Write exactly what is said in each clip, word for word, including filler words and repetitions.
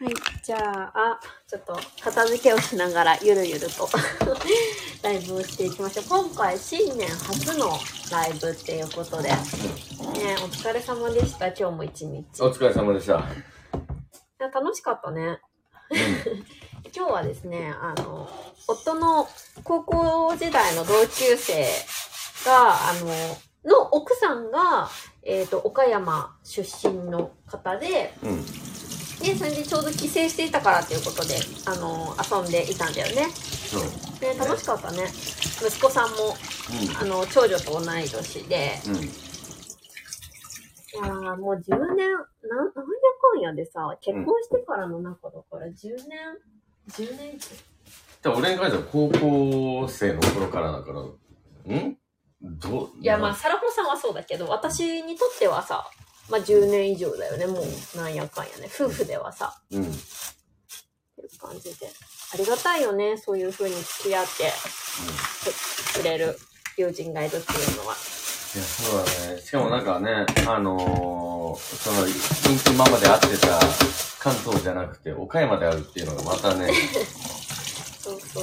はい、じゃあ、ちょっと片付けをしながらゆるゆるとライブをしていきましょう。今回新年初のライブっていうことで、ね、お疲れ様でした。今日も一日。 お疲れ様でした。いや楽しかったね。 うん、 今日はですね、あの夫の高校時代の同級生があのの奥さんが、えーと、岡山出身の方で。うんで、それでちょうど帰省していたからということで、あのー、遊んでいたんだよね。そう。で、楽しかったね。息子さんも、うん、あの、長女と同い年で。うん、いやー、もうじゅうねん、なん、なんやかんやでさ、結婚してからの中だからじゅうねん、じゅうねん以上。 俺に関しては高校生の頃からだから、んどういや、まあ、サラホさんはそうだけど、私にとってはさ、まあじゅうねん以上だよね、もうなんやかんやね。夫婦ではさ。うん。っていう感じで。ありがたいよね、そういう風に付き合って、うん、くれる友人がいるっていうのは。いや、 そうだね。しかもなんかね、あのー、その、近畿ママで会ってた関東じゃなくて、岡山で会うっていうのがまたね、 そうそう。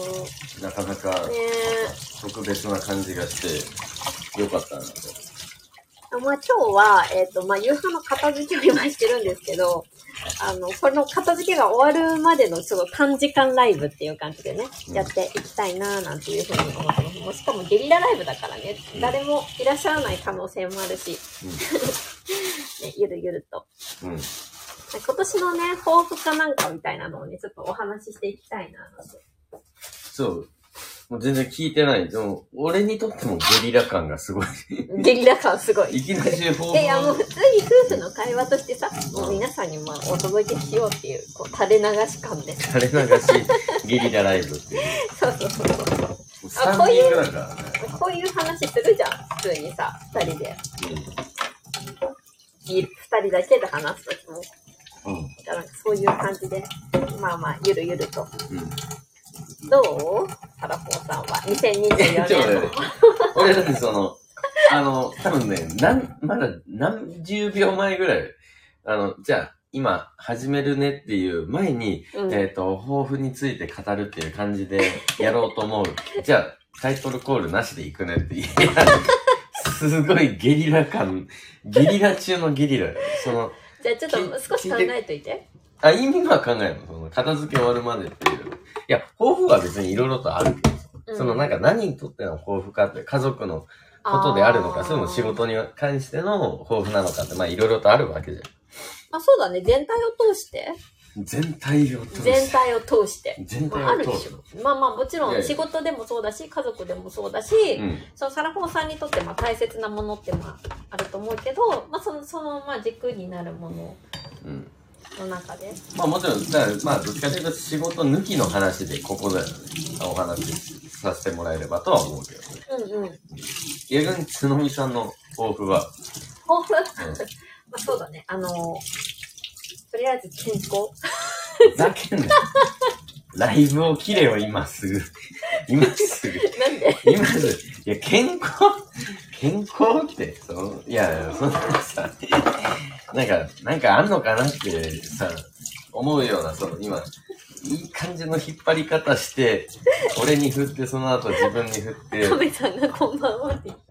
なかなか、特別な感じがして、よかったなと。 まあ、今日は、えっと、まあ、夕飯の片付けを今してるんですけど、あの、この片付けが終わるまでのちょっと短時間ライブっていう感じでね、うん、やっていきたいなーなんていうふうに思ってます。もうしかもゲリラライブだからね、うん、誰もいらっしゃらない可能性もあるし、うんね、ゆるゆると、うん。今年のね、抱負かなんかみたいなのをね、ちょっとお話ししていきたいなと。 そう。もう全然聞いてない。でも、俺にとってもゲリラ感がすごい。 ゲリラ感すごい。 いきなり抱負。いや、もう普通に夫婦の会話としてさ、もう皆さんにまあお届けしようっていう、こう、垂れ流し感で。 垂れ流し、ゲリラライブっていう。 そうそうそうそう。 さんにんぐらいからね。 こういう話するじゃん、普通にさ、二人で。うん。二人だけで話すときも。うん。だからそういう感じで、まあまあ、ゆるゆると。うん。どうサラホーさんはにせんにじゅうよねんの。 俺だってその、あの、多分ね、なん、まだ何十秒前ぐらい、あの、じゃあ、今、始めるねっていう前に、うん、えっと、抱負について語るっていう感じでやろうと思う。じゃあ、タイトルコールなしで行くねって言う。すごいゲリラ感、ゲリラ中のゲリラ。その、 じゃあちょっと少し考えといて。 あ、意味は考えるの。その片付け終わるまでっていう。いや、抱負は別にいろいろとあるけど、うん、そのなんか何にとっての抱負かって、家族のことであるのか、それも仕事に関しての抱負なのかって、まあいろいろとあるわけじゃん。 あ、そうだね。全体を通して。 全体を通して。 全体を通して。 全体を通して。まあ、あるでしょ。まあまあもちろん仕事でもそうだし、家族でもそうだし、うん、そのサラホーさんにとってまあ大切なものってまああると思うけど、まあその、そのまあ軸になるもの。うんの中でまあもちろん、だからまあどっちかというと仕事抜きの話でここだよね。お話しさせてもらえればとは思うけどね。うんうん。逆につのみさんの抱負は抱負、うん、まあそうだね。あのー、とりあえず健康。 だけど、ライブを切れよ、今すぐ。今すぐ。 なんで今すぐ。いや、健康健康って、その、いや、そんなさ、なんか、なんかあんのかなってさ、思うような、その、今、いい感じの引っ張り方して、俺に振って、その後自分に振って。 カメさんがこんばんはって言った。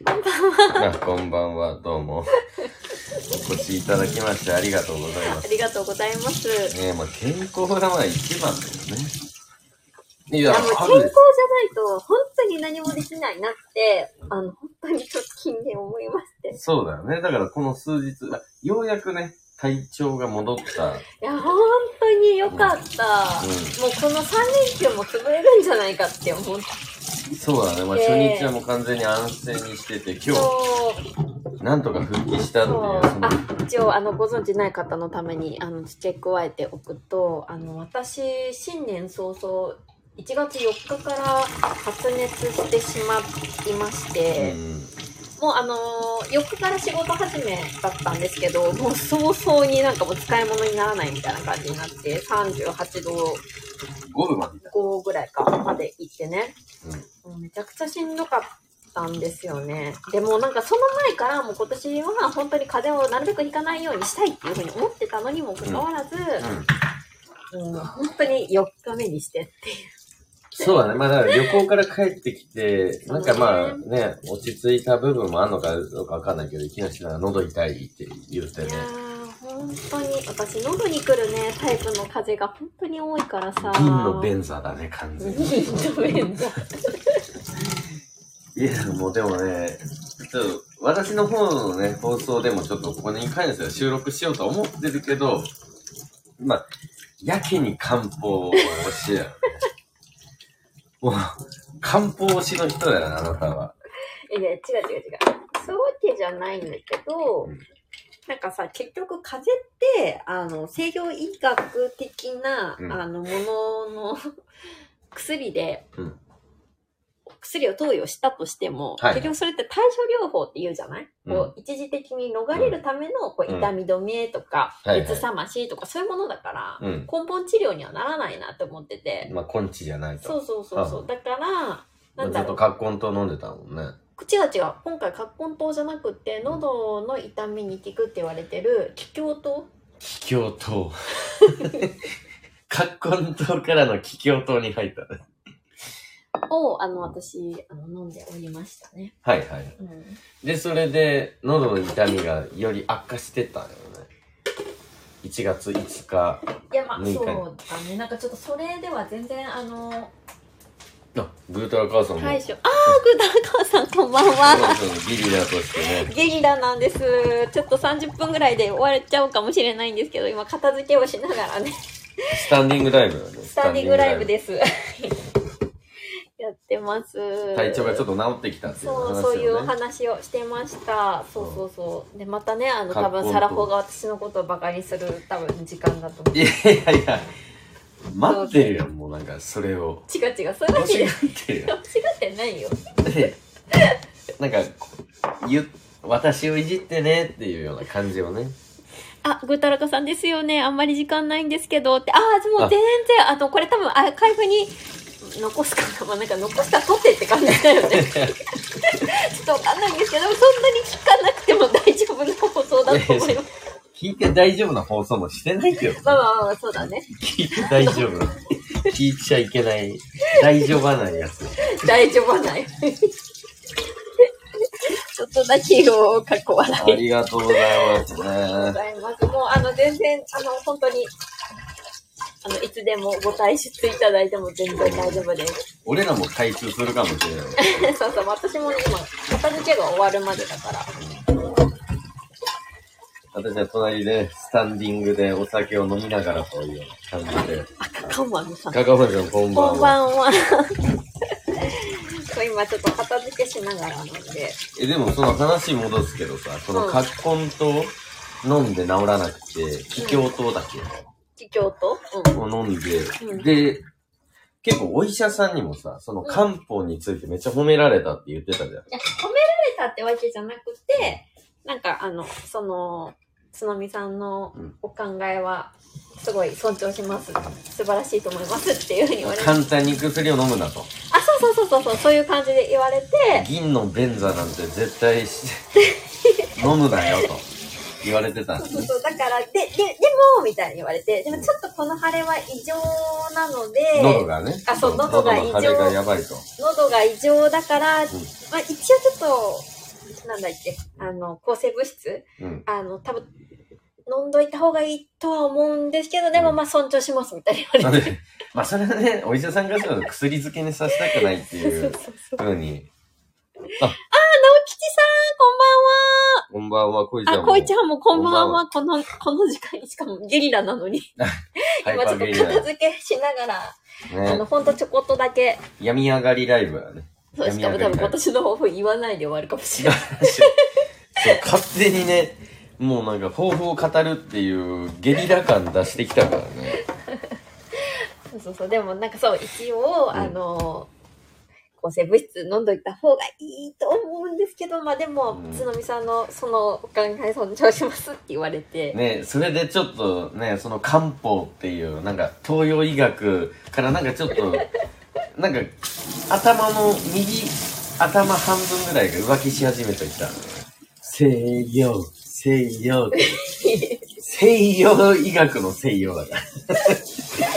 こんばんは。 あ、こんばんは、どうも。お越しいただきましてありがとうございます。 ありがとうございます。 ねえ、まあ健康がまあ一番だよね。 いや、もう健康じゃないと、本当に何もできないなって、あの、本当に直近で思いまして。 そうだよね。だからこの数日、ようやくね、体調が戻った。 いや、本当に良かった。うんうん、もうこのさん連休も潰れるんじゃないかって思って。 そうだね。まあ初日はもう完全に安静にしてて、今日、なんとか復帰したっていう。そあ、一応、あの、ご存知ない方のために、あの、付け加えておくと、あの、私、新年早々、いちがつよっかから発熱してしまいまして、うん、もうあのー、よっかから仕事始めだったんですけど、もう早々になんかもう使い物にならないみたいな感じになって、さんじゅうはちどごぶまでごぐらいかまで行ってね、うん、もうめちゃくちゃしんどかったんですよね。でもなんかその前からもう今年は本当に風邪をなるべくひかないようにしたいっていうふうに思ってたのにもかかわらず、うんうんうん、本当によっかめにしてっていう。 そうだね。まあだから旅行から帰ってきて、なんかまあね、落ち着いた部分もあるのかどうかわかんないけど、いきなりなんか喉痛いって言ってね。 いやー、本当に、私喉に来るね、タイプの風邪が本当に多いからさ。 銀の便座だね、完全に。 銀の便座。 いや、もうでもね、ちょっと私の方のね、放送でもちょっとここに関しては収録しようと思ってるけど、まあ、やけに漢方をしや。もう、漢方推しの人だよな、あなたは。 え、ね、違う違う違う。そういうわけじゃないんだけど、うん、なんかさ、結局風邪って、あの、西洋医学的な、うん、あの、ものの薬で、うん薬を投与したとしても、はい、結局それって対処療法って言うじゃない、うん、こう一時的に逃れるためのこう痛み止めとか、うん、熱冷ましとかそういうものだから、うん、根本治療にはならないなって思ってて。 まあ根治じゃないと。 そうそうそうそう。だから、 なんだろう。ずっと葛根湯飲んでたもんね。 違う違う。今回葛根湯じゃなくて、喉の痛みに効くって言われてる気胸湯。 気胸湯。葛根湯からの気胸湯に入ったね。 を、あの、私、あの、飲んでおりましたね。 はいはい。うん、で、それで、喉の痛みがより悪化してたよね。いちがついつか。 いや、まあ、そうだね。なんかちょっとそれでは全然、あの、 あ、グータラ母さんも。 対処。あー、グータラ母さん、こんばんは。 ゲリラとしてね。 ゲリラなんです。ちょっとさんじゅっぷんぐらいで終われちゃうかもしれないんですけど、今、片付けをしながらね。 スタンディングライブだね。 スタンディングライブです。やってます。 体調がちょっと治ってきたっていう話をね。 そう、そういう話をしてました。そうそうそう。で、またね、あの、多分、サラホが私のことをバカにする、多分、時間だと思う。 いやいやいや、待ってるよ、もうなんか、それを。 違う違う、そういうわけで。 間違ってるよ。 間違ってないよ。 なんか、ゆ、私をいじってねっていうような感じをね。 あ、ぐーたらかさんですよね。あんまり時間ないんですけどって。ああ、でも全然、あと、これ多分、アーカイブに、残すかな、まあ、なんか残したとってって感じだよね。ちょっとわかんないんですけど、そんなに聞かなくても大丈夫な放送だと思います。 聞いて大丈夫な放送もしてないけど、ね。 まあまあまあ、そうだね。 聞いて大丈夫。聞いちゃいけない。大丈夫ないやつ。 大丈夫ない。ちょっとだけよ、かっこ笑い。 ありがとうございますね。 ありがとうございます。もう、あの、全然、あの、本当に、あの、いつでもご退出いただいても全然大丈夫です。 俺らも退出するかもしれない。 そうそう、私も今、片付けが終わるまでだから。 私は隣で、スタンディングでお酒を飲みながらという感じで。 あ、カカオマンさん。 カカオマンさん、こんばんは。 こんばんは。そう、今ちょっと片付けしながらなんで。 え、でもその話戻すけどさ、その葛根湯飲んで治らなくて、気胸湯だっけ、うん気胸湯、うん、を飲んで、うん、で、結構お医者さんにもさ、その漢方についてめっちゃ褒められたって言ってたじゃん。いや、 褒められたってわけじゃなくて、なんかあの、その、つのみさんのお考えは、すごい尊重します。素晴らしいと思いますっていうふうに言われて。 簡単に薬を飲むなと。 あ、そうそうそうそう、そういう感じで言われて。 銀の便座なんて絶対飲むなよと。言われてたんですね。 そうそう、だから、で、で、でも、みたいに言われて、でもちょっとこの腫れは異常なので、 喉がね。 あ、そう、喉が異常。 喉の腫れがやばいと。 喉が異常だから、うん、まあ一応ちょっと、なんだっけ、あの、抗生物質、うん、あの、多分、飲んどいた方がいいとは思うんですけど、でもまあ尊重しますみたいに言われて。 まあそれはね、お医者さんがそう薬漬けにさせたくないっていうふうに。 あ、あー、直吉さん、こんばんは。 こんばんは、こいちゃんも。 あ、こいちゃんもこんばんは。この、この時間に、しかもゲリラなのに。今ちょっと片付けしながら、ね、あの、ほんとちょこっとだけ。 病み上がりライブだね。 そう、しかも多分今年の抱負言わないで終わるかもしれない。 そう、勝手にね、もうなんか抱負を語るっていうゲリラ感出してきたからね。 そうそうそう、でもなんかそう、一応、うん、あの、抗生物質飲んどいた方がいいと思うんですけど、まあでも、つのみさんのそのお考え尊重しますって言われて。 ね、それでちょっとね、その漢方っていう、なんか東洋医学からなんかちょっと、なんか頭の右頭半分ぐらいが浮気し始めてきた。西洋、西洋。西洋医学の西洋だから。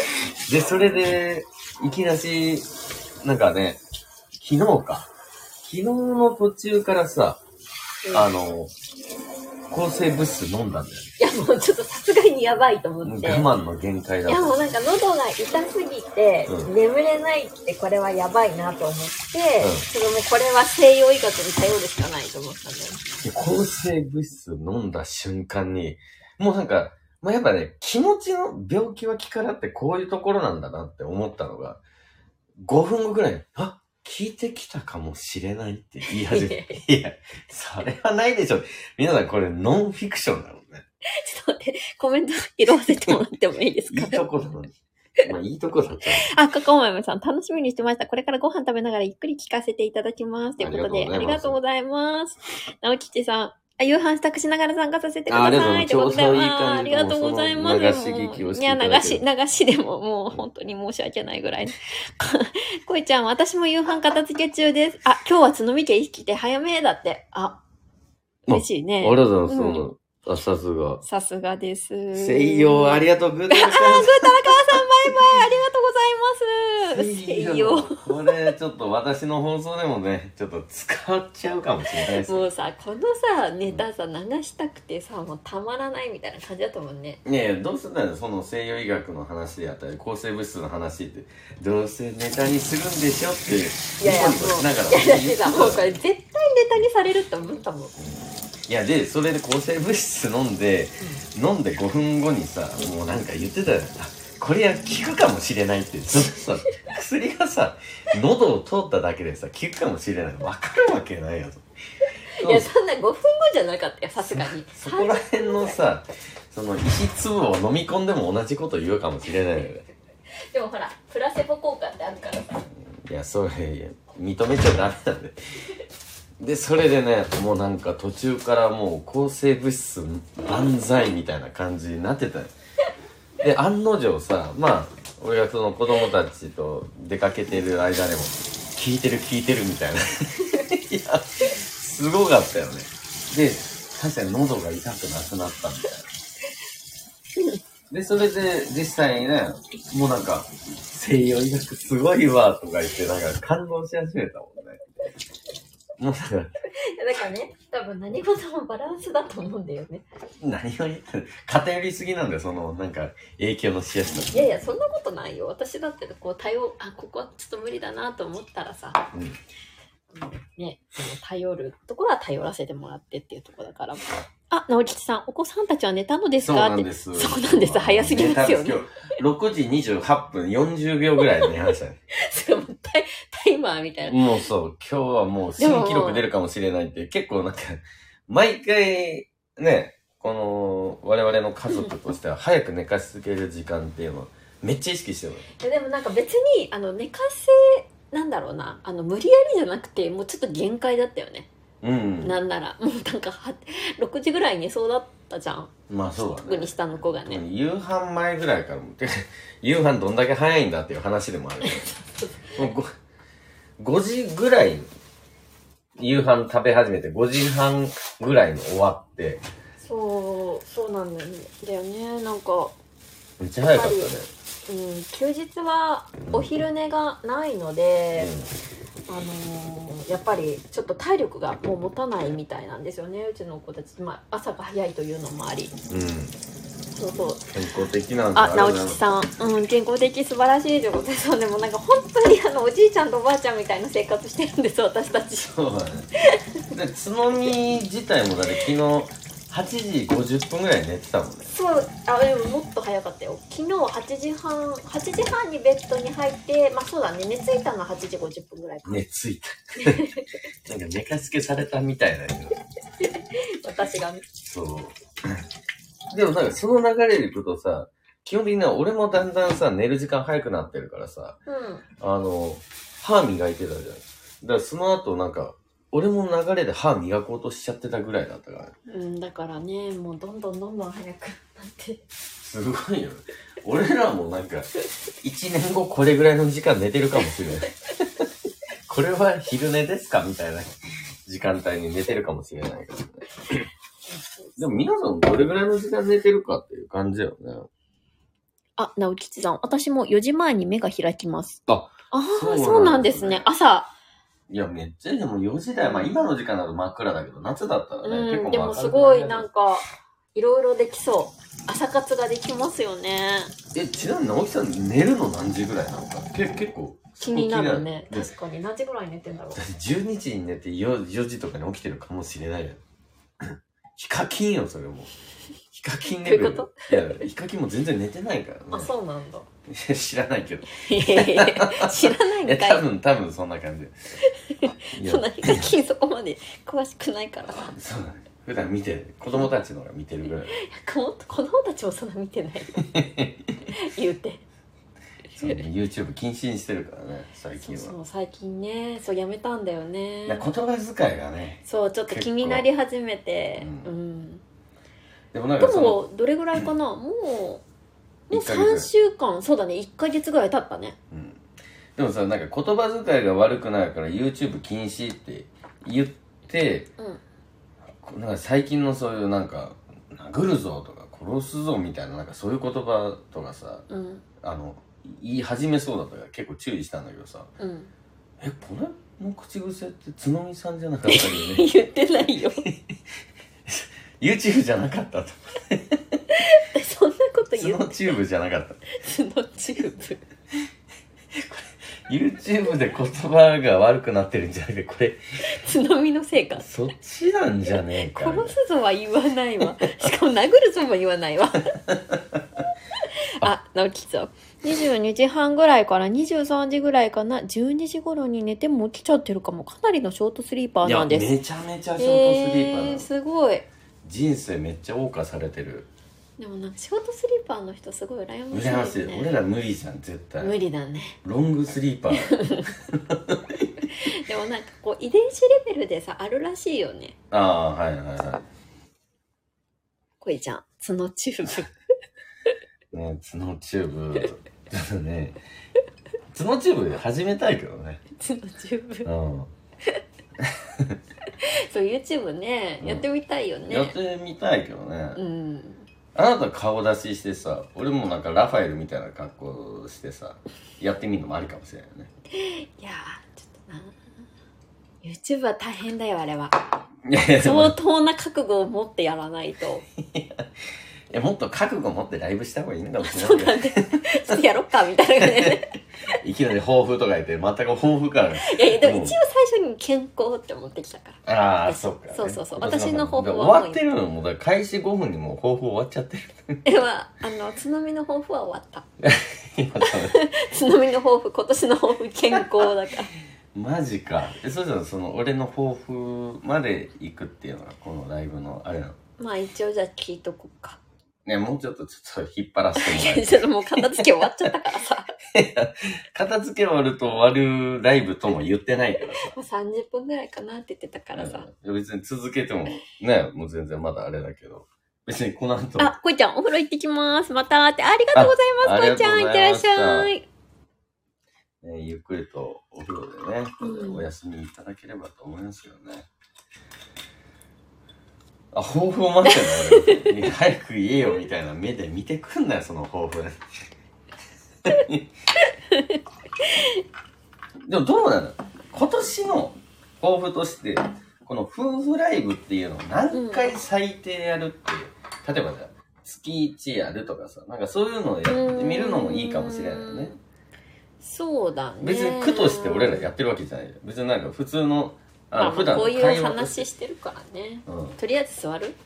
で、それで、いきなし、なんかね、昨日か。昨日の途中からさ、うん、あの、抗生物質飲んだんだよね。 いや、もうちょっとさすがにやばいと思って。 我慢の限界だ。 いや、もうなんか喉が痛すぎて、うん、眠れないってこれはやばいなと思って、うん、ちょっともうこれは西洋医学に頼るしかないと思ったんだよ。 で、抗生物質飲んだ瞬間に、もうなんか、まあ、やっぱね、気持ちの病気は気からってこういうところなんだなって思ったのが、ごふんごぐらいに、あ、聞いてきたかもしれないって言い始めて。いや、それはないでしょ。皆さんこれノンフィクションだろうね。 ちょっと待って、コメント拾わせてもらってもいいですか？ いいとこだのに。まあいいとこだった。 あ、かかおまめさん、楽しみにしてました。これからご飯食べながらゆっくり聞かせていただきます。ということで、ありがとうございます。直吉さん、あ、夕飯支度しながら参加させてください。ありがとうございます。ちょうどいい感じ。ありがとうございます。 流し聞きをしていただいて。 いや、流し、流しでももう本当に申し訳ないぐらい。こいちゃん、私も夕飯片付け中です。あ、今日は津波家意識で早めだって。あ、嬉しいね。 ありがとうございます。うんあ、さすが。 さすがです。 西洋、ありがとう。グータラカーさん。 あー、グータラカーさん、バイバイ。ありがとうございます。西洋。 これ、ちょっと私の放送でもね、ちょっと使っちゃうかもしれないです。 もうさ、このさ、ネタさ、流したくてさ、もうたまらないみたいな感じだったもんね。 ねえ、どうすんだよ、その西洋医学の話であったり、抗生物質の話って、どうせネタにするんでしょって、 いやいや、もう、いや、だってさ、もうこれ絶対ネタにされるって思ったもん。 いや、で、それで抗生物質飲んで、うん、飲んでごふんごにさ、もうなんか言ってたよ。これは効くかもしれないって。そのさ、薬がさ、喉を通っただけでさ、効くかもしれない。わかるわけないよと。 いや、そんなごふんごじゃなかったよ、さすがに。 そこら辺のさ、その石粒を飲み込んでも同じこと言うかもしれないよね。 でもほら、プラセボ効果ってあるからさ。 いや、それ、認めちゃダメなんで。で、それでね、もうなんか途中からもう抗生物質万歳みたいな感じになってたよ。で、案の定さ、まあ、俺がその子供たちと出かけてる間でも、聞いてる聞いてるみたいな。いや、すごかったよね。で、確かに喉が痛くなくなったみたいな。で、それで実際にね、もうなんか、西洋医学すごいわとか言って、なんか感動し始めたもんね。もうだから。 だからね、多分何事もバランスだと思うんだよね。 何を言ってる偏りすぎなんだよ、その、なんか、影響のしやすさ。いやいや、そんなことないよ。私だって、こう、頼、あ、ここはちょっと無理だなと思ったらさ、うん、ね、その頼るところは頼らせてもらってっていうところだから。あ、直吉さん、お子さんたちは寝たのですか？ そうなんです。 そうなんです。早すぎますよね。 ろくじにじゅうはっぷんよんじゅうびょうぐらいで寝ましたね。 それもタイ、タイマーみたいな。 もうそう、今日はもう新記録出るかもしれないって、結構なんか、毎回ね、この我々の家族としては早く寝かしつける時間っていうのをめっちゃ意識してるの。 いやでもなんか別に、あの、寝かせ、なんだろうな、あの、無理やりじゃなくて、もうちょっと限界だったよね。うん、なんならもうなんかろくじぐらい寝そうだったじゃん。 まあそうだね。 特に下の子がね。 夕飯前ぐらいからも夕飯どんだけ早いんだっていう話でもあるからもう ご, ごじぐらいに夕飯食べ始めてごじはんぐらいに終わって。 そうそうなんだよね。だよね。なんかめっちゃ早かったね。 うん、休日はお昼寝がないので、うん、あのー、やっぱりちょっと体力がもう持たないみたいなんですよね、うちの子たち。まあ、朝が早いというのもあり、うん、そうそう、 健康的なんだ。 あ、直吉さん、うん、健康的素晴らしいということで、そうでもなんか本当にあのおじいちゃんとおばあちゃんみたいな生活してるんです私たち。 そうだね。で、つのみ自体もだって昨日はちじごじゅっぷんぐらい寝てたもんね。 そう、あ、でももっと早かったよ。昨日はちじはん、はちじはんにベッドに入って、まあそうだね、寝ついたのははちじごじゅっぷんぐらいか。 寝ついた。なんか寝かしけされたみたいな。 私がね。 そう。でもなんかその流れでいくとさ、基本的には俺もだんだんさ、寝る時間早くなってるからさ、うん、あの、歯磨いてたじゃん。だからその後なんか、俺も流れで歯磨こうとしちゃってたぐらいだったから。 うん、だからね、もうどんどんどんどん早くなって。 すごいよね。俺らもなんか、いちねんごこれぐらいの時間寝てるかもしれない。これは昼寝ですかみたいな時間帯に寝てるかもしれないからね。でも皆さんどれぐらいの時間寝てるかっていう感じよね。 あ、直吉さん、私もよじまえに目が開きます。 あ、 あそうなんですねあ、そうなんですね。朝。 いや、めっちゃ、でもよじ台、まあ今の時間だと真っ暗だけど、夏だったらね、 うん、 結構でもすごいなんか、いろいろできそう。朝活ができますよね。 え、ちなみに直木さん寝るの何時ぐらいなのかけ結構気になるね。確かに。何時ぐらい寝てんだろう。 じゅうにじに寝て 4, よじとかに起きてるかもしれないよ。ヒカキンよ、それも。ヒカキンレベル。 どういうこと？ いや、ヒカキンも全然寝てないからね。 あ、そうなんだ。 知らないけど。 いやいやいや知らないんかい。 いや、多分、多分そんな感じ。 そんなヒカキンそこまで詳しくないからさ。 そうだね。普段見てる。子供たちのが見てるぐらい。 子供たちもそんな見てないよ。言うて。 そうね、YouTube 禁止にしてるからね、最近は。 そうそう、最近ね、そうやめたんだよね。 いや、言葉遣いがね。 そう、ちょっと気になり始めて。 うん。 うん、 でもなんかその、 でも、どれぐらいかな、もう、もうさんしゅうかん、そうだね、いっかげつぐらい経ったね。 うん。でもさ、なんか言葉遣いが悪くなるから YouTube 禁止って言って、うん、なんか最近のそういうなんか、殴るぞとか殺すぞみたいな、なんかそういう言葉とかさ、うん、あの、言い始めそうだったから結構注意したんだけどさ、うん、え、これの口癖って角見さんじゃなかったよね言ってないよ YouTube じゃなかったとそんなこと言う角チューブじゃなかった角チューブ YouTube で言葉が悪くなってるんじゃなくて、これ角見のせいか。 そっちなんじゃねえか。 殺すぞは言わないわ。しかも殴るぞも言わないわ。あ、直樹さん。にじゅうにじはんぐらいからにじゅうさんじぐらいかな。じゅうにじ頃に寝ても起きちゃってるかも。かなりのショートスリーパーなんです。 いや、めちゃめちゃショートスリーパーなの。 えー、すごい。 人生めっちゃ謳歌されてる。 でもなんかショートスリーパーの人すごい羨ましいですね。羨ましい。 俺ら無理じゃん、絶対。 無理だね。 ロングスリーパー。 でもなんかこう遺伝子レベルでさ、あるらしいよね。 ああ、はいはいはい。 こいちゃん、角チューブ。ね、角チューブ。ちょっとね、角チューブ始めたいけどね。 角チューブ。 うん。 そう、YouTube ね、やってみたいよね。 やってみたいけどね。 うん。 あなた顔出ししてさ、俺もなんかラファエルみたいな格好してさ、やってみるのもありかもしれないよね。 いやー、ちょっとな。YouTube は大変だよ、あれは。 いやいや相当な覚悟を持ってやらないと。 いや、もっと覚悟持ってライブした方がいいのかもしれない。 そうなんで、ちょっとやろっか、みたいなね。 いきなり抱負とか言って、全く抱負から。いやいや、でも一応最初に健康って思ってきたから。ああ、そうか、ね。 そうそうそう。私の抱負は終わってるのも、だから開始ごふんにもう抱負終わっちゃってる。 では、あの、角見の抱負は終わった。角見の抱負、今年の抱負健康だから。 マジか。え、そしたらその俺の抱負まで行くっていうのがこのライブのあれなの。 まあ一応じゃあ聞いとこうか。 ね、もうちょっとちょっと引っ張らせてもらえる。 ちょっともう片付け終わっちゃったからさ。 片付け終わると終わるライブとも言ってないからさ。 もうさんじゅっぷんぐらいかなって言ってたからさ。 うん、別に続けてもね、もう全然まだあれだけど。別にこの後。 あ、こいちゃんお風呂行ってきます。またって。ありがとうございます、こいちゃん。いってらっしゃい。 ね、ゆっくりとお風呂でね、 うん、 お休みいただければと思いますけどね。あ、抱負を待ってんの俺。早く言えよみたいな目で見てくんなよ、その抱負。でもどうなの？今年の抱負として、この夫婦ライブっていうのを何回最低やるっていう、うん、例えばじゃあ月いちやるとかさ、なんかそういうのをやってみるのもいいかもしれないよね。 そうだね。 別に苦として俺らやってるわけじゃないよ。別になんか普通の、 あの普段の会話こういう話してるからね。うん、とりあえず座る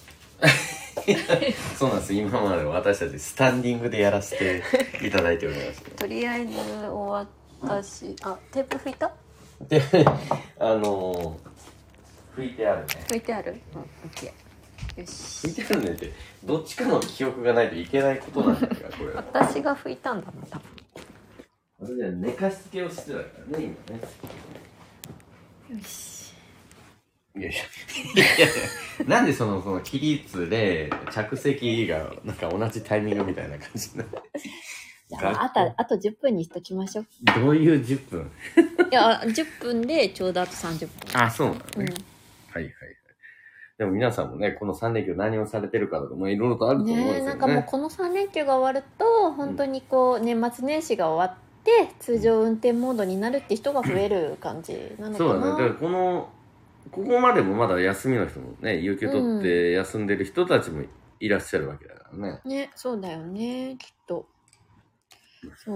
そうなんです。今まで私たちスタンディングでやらせていただいております。 とりあえず私、あ、テープ拭いた？ で、あのー、拭いてあるね。 拭いてある？うん、オッケー。よし。 拭いてあるねって、どっちかの記憶がないといけないことなんだから、これは。 私が拭いたんだな、多分。 それで寝かしつけをしてたからね、今ね。 よし。 いやいや、いやいや、なんでその、その、起立で、着席が、なんか同じタイミングみたいな感じになって。 じゃあ、あと、あとじゅっぷんにしときましょう。 どういうじゅっぷん？ いや、じゅっぷんでちょうどあとさんじゅっぷん。 あ、そうなのね。うん、はいはいはい。 でも皆さんもね、このさん連休何をされてるかとか、もいろいろとあると思うんですよね。 ね、なんかもうこのさん連休が終わると、本当にこう、年末年始が終わって、通常運転モードになるって人が増える感じなのかな。 そうだね。だからこの、ここまでもまだ休みの人もね、有給取って休んでる人たちもいらっしゃるわけだからね。 うん、ね、そうだよね、きっと。そう。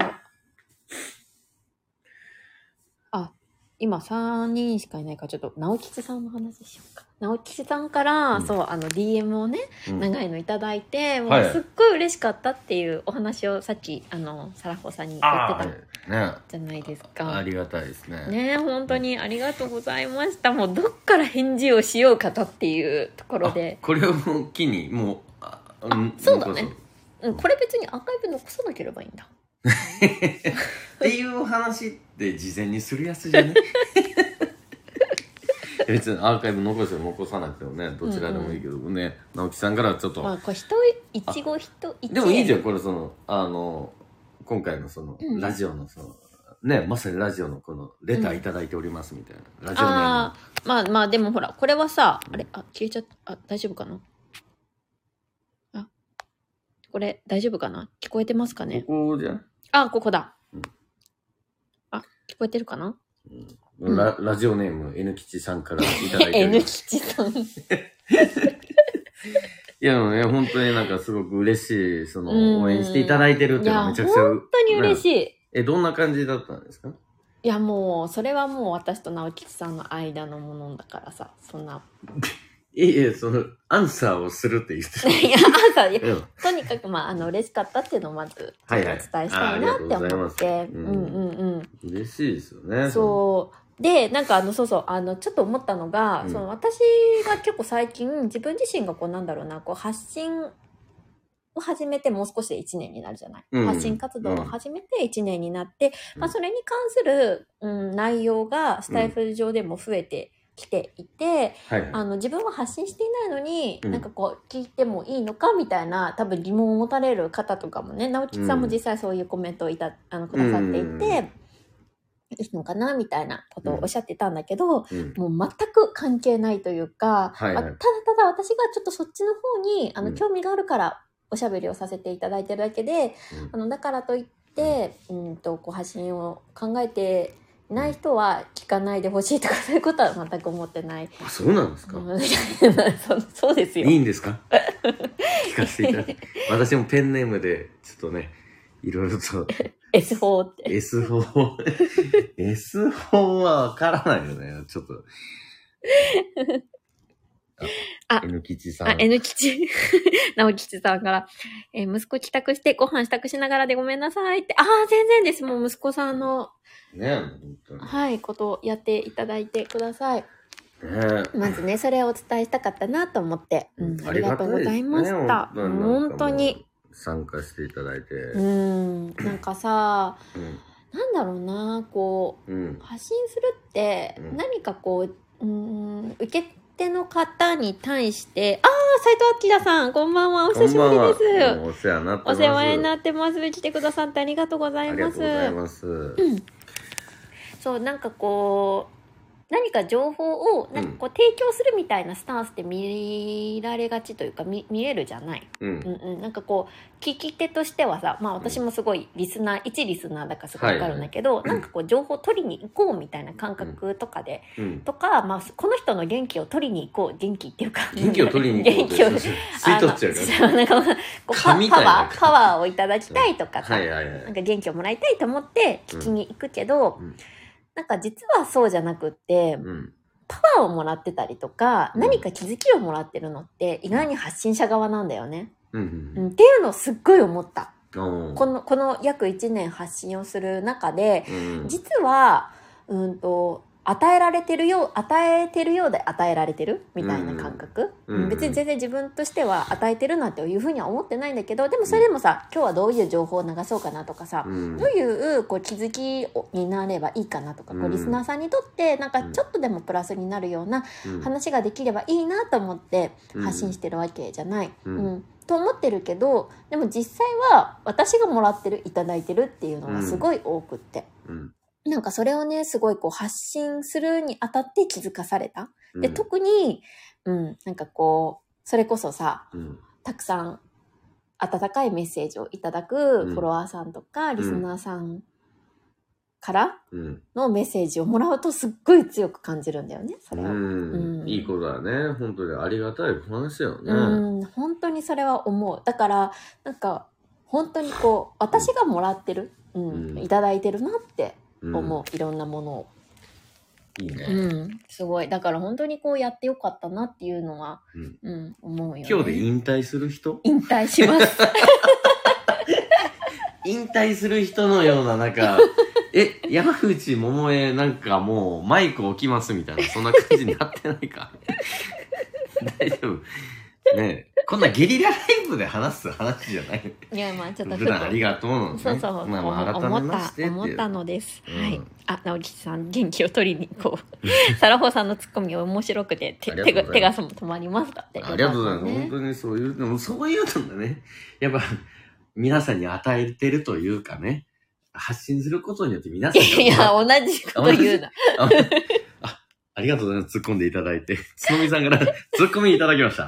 あ、今さんにんしかいないから、ちょっと直吉さんの話しようか。直吉さんから、うん、そう、あの ディーエム をね、うん、長いのいただいて、もうすっごい嬉しかったっていうお話をさっき、あの、サラホさんに言ってた、ね、じゃないですか。 ありがたいですね。 ね、本当にありがとうございました。もうどっから返事をしようかとっていうところで。 これを機に、もう、 あ、うん、そうだね。うん、これ別にアーカイブ残さなければいいんだ。 っていう話って事前にするやつじゃね別にアーカイブ残しても残さなくてもね、どちらでもいいけどね、うんうん、直樹さんからちょっと、 まあ、これ人一語人一でもいいじゃん、これそのあの今回のその、うん、ラジオのそのね、まさにラジオのこのレターいただいておりますみたいな、うん、ラジオネーム。 あまあまあでもほらこれはさ、うん、あれあ消えちゃった、あ大丈夫かな、あこれ大丈夫かな、聞こえてますかね。 ここじゃん、 あここだ、うん、あ聞こえてるかな、 うん、ラ, ラジオネーム N 吉さんからいただいて N 吉さんいやもうね、本当になんかすごく嬉しい、その応援していただいてるっていうのはめちゃくちゃ本当に嬉しい。 え、どんな感じだったんですか。 いやもうそれはもう私と直吉さんの間のものだからさ、そんないえいえ、そのアンサーをするって言ってた。 いやアンサーいや、うん、とにかくまああの嬉しかったっていうのをまずお伝えしたいなって思って、はいはい、うんうんうん嬉しいですよね。 そうでなんかあのそうそうあのちょっと思ったのが、うん、その私が結構最近自分自身がこうなんだろうなこう発信を始めてもう少しでいちねんになるじゃない、うん、発信活動を始めていちねんになって、うん、まあ、それに関する、うん、内容がスタイフ上でも増えてきていて、うんはいはい、あの自分は発信していないのに、うん、なんかこう聞いてもいいのかみたいな多分疑問を持たれる方とかもね、直吉さんも実際そういうコメントをいたあのくださっていて、うん、いいのかなみたいなことをおっしゃってたんだけど、うん、もう全く関係ないというか、はいはい、ただただ私がちょっとそっちの方にあの興味があるからおしゃべりをさせていただいてるだけで、うん、あのだからといって、うんとこう発信を考えてない人は聞かないでほしいとかそういうことは全く思ってない。 あ、そうなんですか。 そ, そうですよ。 いいんですか。聞かせていただいて。私もペンネームでちょっとね、いろいろとエスフォー ってエスフォー エスフォー はわからないよね。ちょっと。あ、N 吉さん。 あ、N 吉。直吉さんから、えー、息子帰宅してご飯支度しながらでごめんなさいって。ああ、全然です。もう息子さんの、 ね、本当に。 はい、ことをやっていただいてください。 ね、 まずね、それをお伝えしたかったなと思って。うん、ありがとうございました。ね、本当に。 参加していただいて。 うん、なんかさ、うん、なんだろうな、こう、うん、発信するって、何かこう、うん、受け手の方に対して、ああ、斉藤明さん、こんばんは、お久しぶりです。 お世話になってます。 お世話になってます。来てくださってありがとうございます。ありがとうございます。うん、 そう、なんかこう、何か情報をなんかこう提供するみたいなスタンスで見られがちというか 見, 見えるじゃない、うんうんうん、なんかこう聞き手としてはさ、まあ私もすごいリスナー、一リスナーだからすごいわかるんだけど、はいはい、なんかこう情報を取りに行こうみたいな感覚とかで、うん、とか、まあこの人の元気を取りに行こう、元気っていうか元気を取りに行こうって吸い取っちゃうからなんかこうパ, パワーパワーをいただきたいとかさ、はいはいはい、なんか元気をもらいたいと思って聞きに行くけど、うんうん、なんか実はそうじゃなくって、うん、パワーをもらってたりとか、うん、何か気づきをもらってるのって意外に発信者側なんだよね、うんうん、っていうのをすっごい思った、うん、このこの約いちねん発信をする中で、うん、実はうんと与えられてるよう与えてるようで与えられてるみたいな感覚、うんうん、別に全然自分としては与えてるなんていうふうには思ってないんだけど、でもそれでもさ、今日はどういう情報を流そうかなとかさ、うん、どういうこう気づきになればいいかなとか、こうリスナーさんにとってなんかちょっとでもプラスになるような話ができればいいなと思って発信してるわけじゃない、うんうん、と思ってるけど、でも実際は私がもらってるいただいてるっていうのがすごい多くって、うんうん、 なんかそれをね、すごいこう発信するにあたって気づかされた。で、 うん、 特に、うん、なんかこう、それこそさ、 うん、 たくさん温かいメッセージをいただくフォロワーさんとか、 んリスナーさんからうん。 のメッセージをもらうとすっごい強く感じるんだよね、それは。 うん。 うんいいことだね。本当にありがたい話だよね。 うん、本当にそれは思う。だから、なんか、本当にこう、私がもらってる、うん、 うんいただいてるなってうん。 思う。いろんなものを。 いいね。 うん、すごい。だから本当にこうやってよかったなっていうのは、 うん。 うん、思うよね。 今日で引退する人引退します。 引退する人のような、なんか、え、山口百恵なんかもうマイク置きますみたいな、そんな感じになってないか。大丈夫。ねえ、こんなゲリラライブで話す話じゃない。 いや、まあちょっと普段ありがとうのね。 そうそう、 まあまあ改思っめましてっていうた、思ったのです。 うんはい。あ、直吉さん、元気を取りに行こう。サラホさんのツッコミ面白くて、手ありがとうございます手が手が止まりましたって。 ありがとうございます。 ね本当にそういう、でもそういうのがね、やっぱ皆さんに与えてるというかね、発信することによって皆さんがいや、同じこと言うな。 ああありがとうございます。突っ込んでいただいて。つのみさんから突っ込みいただきました。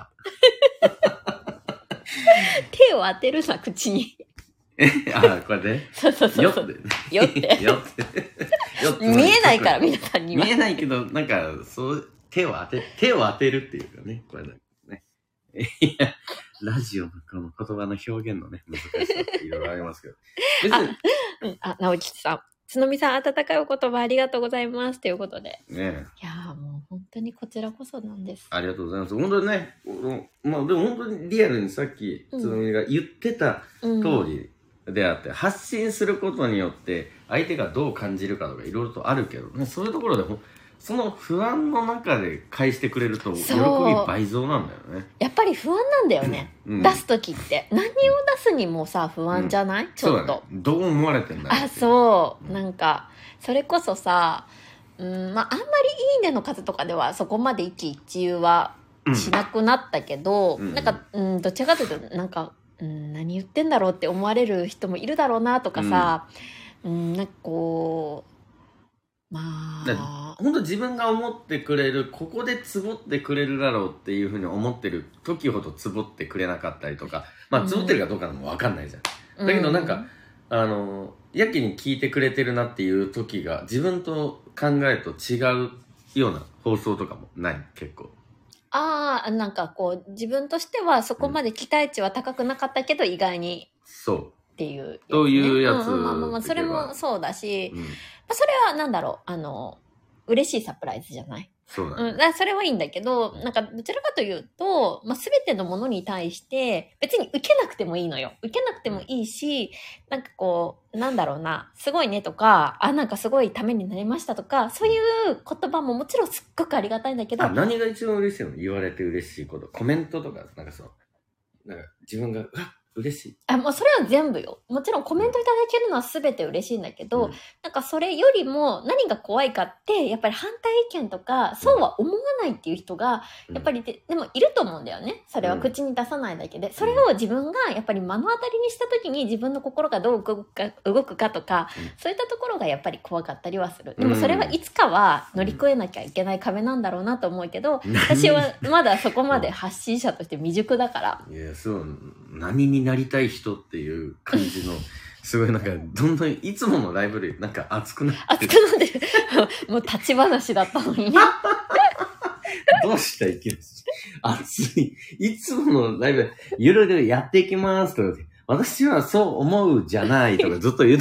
手を当てるな、口に。 え、あ、これで、 そうそうそうそう。 よって。 よって。 よって。よって。 見えないから、皆さんには。 見えないけど、なんか、そう、手を当て、手を当てるっていうかね、これだね。いや、ラジオのこの言葉の表現のね、難しさっていろいろありますけど。別に、 うん、あ、直吉さん。つのみさん、温かいお言葉ありがとうございます。ということで。 ねいやーもう本当にこちらこそなんです。 ありがとうございます。本当にね、まあでも本当にリアルにさっき、つのみが言ってた通りであって、うん、発信することによって相手がどう感じるかとかいろいろとあるけどね、そういうところでも、その不安の中で返してくれると喜び倍増なんだよね。 やっぱり不安なんだよね。うん、出すときって。何を出すにもさ、不安じゃない、うん、ちょっと、 ね。どう思われてんだろう。 あ、そう。なんか、それこそさ、うん、まあ、あんまりいいねの数とかではそこまで一喜一憂はしなくなったけど、うん、なんか、うん、どちらかというと、なんか、うん、何言ってんだろうって思われる人もいるだろうなとかさ、うん、うん、なんかこう、まあ、 本当自分が思ってくれる、ここでつぼってくれるだろうっていうふうに思ってる時ほどつぼってくれなかったりとか、まあつぼってるかどうかもわかんないじゃん。うん、だけどなんか、あの、やけに聞いてくれてるなっていう時が自分と考えと違うような放送とかもない、結構。 ああ、なんかこう、自分としてはそこまで期待値は高くなかったけど、意外に。 そう。 っていう、ね。 というやつ。 うん、まあまあまあ、それもそうだし、うん、まあ、それはなんだろう、あの、嬉しいサプライズじゃない？ そうだね。 うん、だそれはいいんだけど、なんかどちらかというと、まあ、全てのものに対して別に受けなくてもいいのよ。受けなくてもいいし、なんかこう、なんだろうな、すごいねとか、あ、なんかすごいためになりましたとか、そういう言葉ももちろんすっごくありがたいんだけど。 あ、何が一番嬉しいの？言われて嬉しいこと。コメントとか、なんかそう、なんか自分が、うわっ嬉しい。 あ、もうそれは全部よ。もちろんコメントいただけるのは全て嬉しいんだけど、うん、なんかそれよりも何が怖いかって、やっぱり反対意見とか、そうは思わないっていう人が、やっぱりで、でもいると思うんだよね。それは口に出さないだけで。それを自分がやっぱり目の当たりにした時に自分の心がどう動くか、動くかとか、うん、そういったところがやっぱり怖かったりはする。でもそれはいつかは乗り越えなきゃいけない壁なんだろうなと思うけど、私はまだそこまで発信者として未熟だから。 いや、そう、何になりたい人っていう感じの、すごいなんか、どんどん、いつものライブでなんか熱くなってる。熱くなってる。もう立ち話だったのにね。 どうしたらいけない熱い。いつものライブで、ゆるゆるやっていきますとか、私はそう思うじゃないとかずっと言って、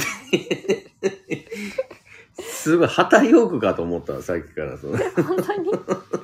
すごい、旗ヨークかと思った、さっきからそれ。 本当に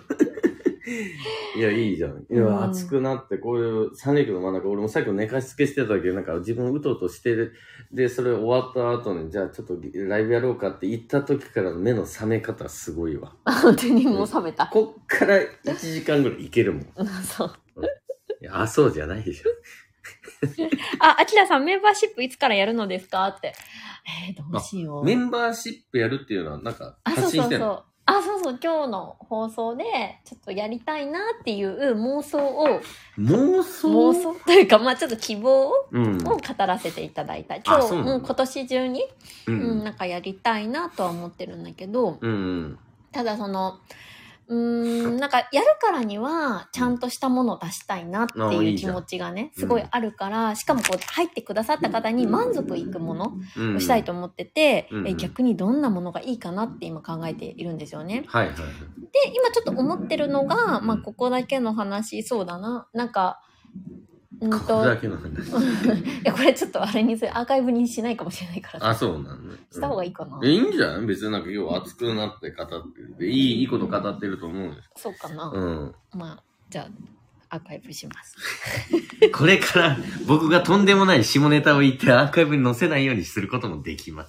いや、いいじゃん。いや、うん、熱くなって、こういう三連休の真ん中、俺もさっき寝かしつけしてたけど、なんか自分うとうとしてる。で、それ終わった後に、じゃあちょっとライブやろうかって言った時からの目の覚め方すごいわ。 本当にもう覚めた。 こっからいちじかんぐらいいけるもん。 そう。 いや、あ、そうじゃないでしょ。 あ、アキラさん、メンバーシップいつからやるのですかって。えー、どうしよう。 メンバーシップやるっていうのは、なんか発信してるの？ あ、そうそうそう。 あ、そうそう、今日の放送で、ちょっとやりたいなっていう妄想を、 妄想妄想というか、まあちょっと希望を、 うん、 を語らせていただいた。今日、 うん、 今年中に、 うん、 うん、なんかやりたいなとは思ってるんだけど、 うんうん、 ただその、うーん、なんかやるからにはちゃんとしたものを出したいなっていう気持ちがね、すごいあるから、しかもこう入ってくださった方に満足いくものをしたいと思ってて、 うんうん、 え逆にどんなものがいいかなって今考えているんですよね。 はいはい。 で、今ちょっと思ってるのが、まあここだけの話、そうだな、なんか、 うんと、ここだけの話。 いや、これちょっとあれにする、アーカイブにしないかもしれないから。 あ、そうなんね。 した方がいいかな。 うん、いいんじゃない別になんか今日熱くなって語ってる。いい、いいこと語ってると思うんです。 そうかな。 うん。 まあ、じゃあ、アーカイブします。 これから僕がとんでもない下ネタを言ってアーカイブに載せないようにすることもできます。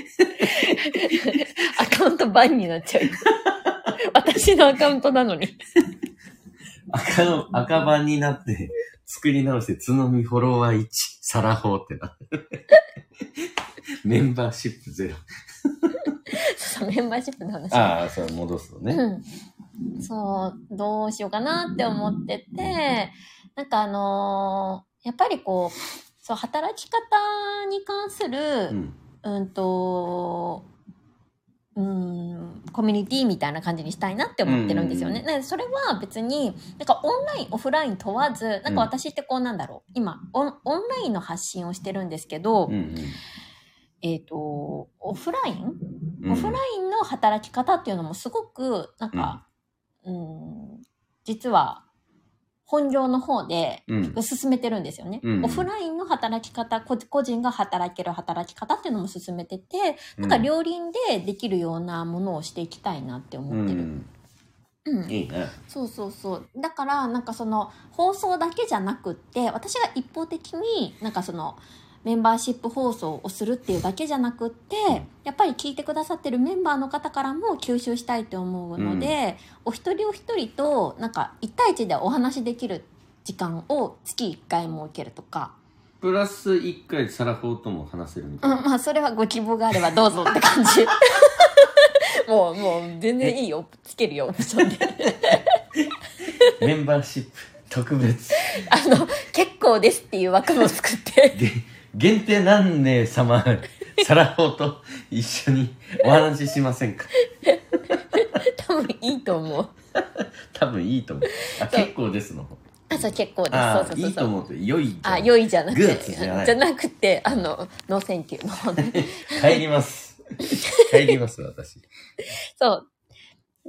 アカウントバンになっちゃう。私のアカウントなのに。 赤の、赤版になって、作り直して、つのみフォロワーいち、サラホーってなって。メンバーシップゼロ。 そう、メンバーシップの話。 ああ、そう、戻すのね。 うん。そう、どうしようかなって思ってて、なんかあのー、やっぱりこう、そう、働き方に関する、うん、うんと、うん、コミュニティみたいな感じにしたいなって思ってるんですよね。うん、それは別に、なんかオンライン、オフライン問わず、なんか私ってこうなんだろう。今オン、オンラインの発信をしてるんですけど、うんうん、えっと、オフライン、うん、オフラインの働き方っていうのもすごく、なんか、うん、実は、本業の方で進めてるんですよね、うん。オフラインの働き方、個人が働ける働き方っていうのも進めてて、なんか両輪でできるようなものをしていきたいなって思ってる。うんうん、いいね。そうそうそう。だから、なんかその、放送だけじゃなくって、私が一方的になんかその、メンバーシップ放送をするっていうだけじゃなくって、やっぱり聞いてくださってるメンバーの方からも吸収したいと思うので、うん、お一人お一人となんか一対一でお話できる時間を月一回設けるとか。 プラス一回サラフォーとも話せるみたいな。 うん、まあそれはご希望があればどうぞって感じ。もう、もう全然いいよ。つけるよ、オプションで。 メンバーシップ特別。 あの、結構ですっていう枠も作って。 限定何名様、サラホーと一緒にお話ししませんか？ 多分いいと思う。 多分いいと思う。あ、結構ですの。 あ、そう、結構です。 あ、 そうそうそう。 いいと思うと、良いじゃん。 あ、良いじゃなくて。 じゃない。 じゃなくて、あの、ノーセンキューの方で。 帰ります。帰ります、私。 そう。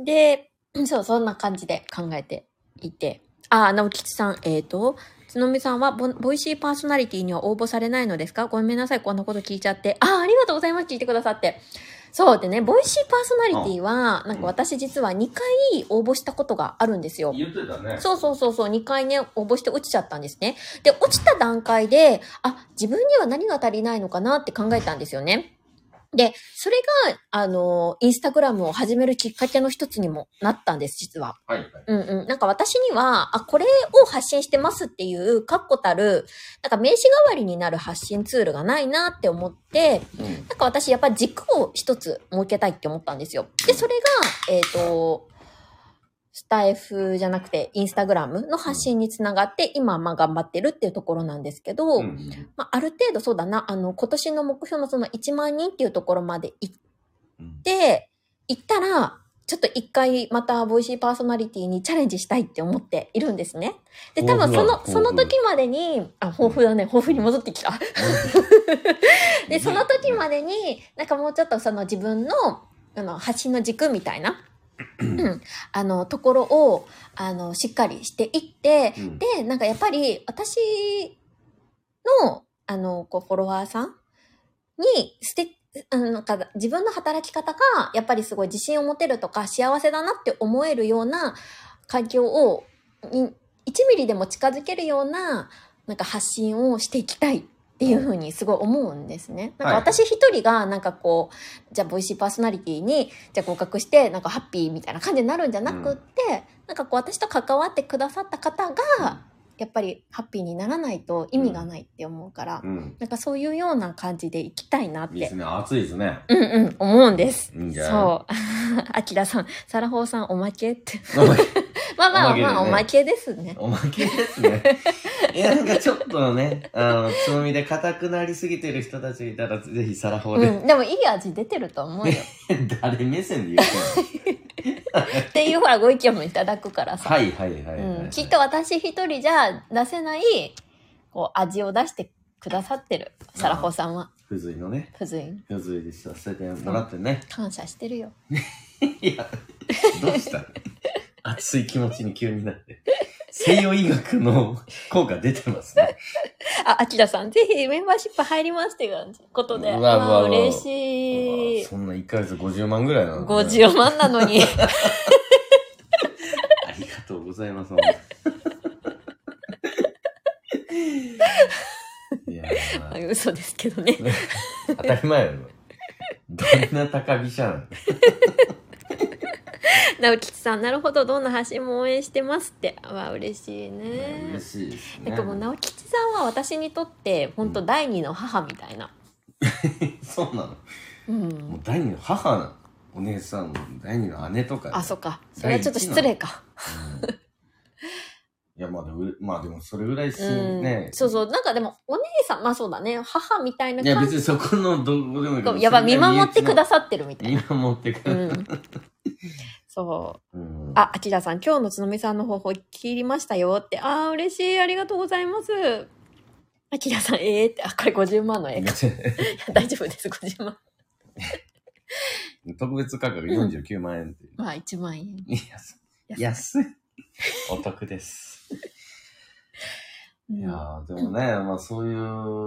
で、そう、そんな感じで考えていて。あ、直吉さん、えっと、つのみさんはボ、ボイシーパーソナリティには応募されないのですか？ごめんなさい、こんなこと聞いちゃって。あ、ありがとうございます、聞いてくださって。そうでね、ボイシーパーソナリティは、なんか私実はにかい応募したことがあるんですよ。 言ってたね。 そうそうそうそう、にかいね、応募して落ちちゃったんですね。で、落ちた段階で、あ、自分には何が足りないのかなって考えたんですよね。で、それが、あの、インスタグラムを始めるきっかけの一つにもなったんです、実は。 はい、はい。 うんうん。なんか私には、あ、これを発信してますっていう、確固たる、なんか名刺代わりになる発信ツールがないなって思って、うん、なんか私やっぱ軸を一つ設けたいって思ったんですよ。で、それが、えっと、スタイフじゃなくてインスタグラムの発信につながって今まあ頑張ってるっていうところなんですけど、うん、まあ、ある程度そうだな、あの今年の目標のそのいちまんにんっていうところまで行って、うん、行ったらちょっと一回またボイシーパーソナリティにチャレンジしたいって思っているんですね。で、多分その、その時までに、あ、豊富だね、豊富に戻ってきた。で、その時までになんかもうちょっとその自分のあの発信の軸みたいなうん、あのところをあのしっかりしていって、うん、でなんかやっぱり私のあのこうフォロワーさんに捨てなんか自分の働き方がやっぱりすごい自信を持てるとか幸せだなって思えるような環境をいちミリでも近づけるようななんか発信をしていきたいっていう風にすごい思うんですね。なんか私一人がなんかこう、じゃあボイシーパーソナリティにじゃあ合格してなんかハッピーみたいな感じになるんじゃなくって、うん、なんかこう私と関わってくださった方がやっぱりハッピーにならないと意味がないって思うから、うん、なんかそういうような感じでいきたいなって。いいですね、熱いですね。 うんうん、思うんです。 いいんじゃない？ そう。 あきらさん、サラホーさんおまけって。 おまけまあまあおまけでねまあ、おまけですね。 おまけですね。いや、なんかちょっとね、あの、つまみで硬くなりすぎてる人たちいたら、ぜひサラホーで。 うん、でもいい味出てると思うよ。 誰目線で言ってんのっていうほらご意見もいただくからさ。 はいはいはいはい、はいうん。きっと私一人じゃ出せない、こう、味を出してくださってる、サラホーさんは。 不随のね。 不随。 不随でさせてもらってね。 感謝してるよ。 いや、どうした熱い気持ちに急になって。西洋医学の効果出てますね。 あ、あきらさん、ぜひメンバーシップ入りますっていうことで。 うわうわうわ嬉しい。 そんないっかげつごじゅうまんぐらいなの、ね、 ごじゅうまんなのに。 ありがとうございます。いやー、 嘘ですけどね。 当たり前やろ。どんな高飛車なの直吉さん、なるほど、どんな発信も応援してますって。わ、嬉しいね。 嬉しいですね。 えっと、もう直吉さんは私にとって本当第二の母みたいな。 そうなの。 うん。 もう第二の母なの。お姉さん、第二の姉とか。 あ、そっか。それはちょっと失礼か。 うん、いや、まあでも、まあでもそれぐらいし、 うん、 ね。 そうそう。なんかでも、お姉さん、まあそうだね。母みたいな感じ。 いや、別にそこのどうでもいいけど。 やばい、見守ってくださってるみたいな。 見守ってくださってる。 うんそう。 うん、 あ、あきらさん、今日のつのみさんの方法切りましたよって。あー、嬉しい。ありがとうございます。あきらさん、えーって。あ、これごじゅうまんの絵か。いや、大丈夫です、ごじゅうまん。 特別価格よんじゅうきゅうまん円っていう。 まあ、いちまんえん。 安い。安い。お得です。いやー、でもね、まあそういう、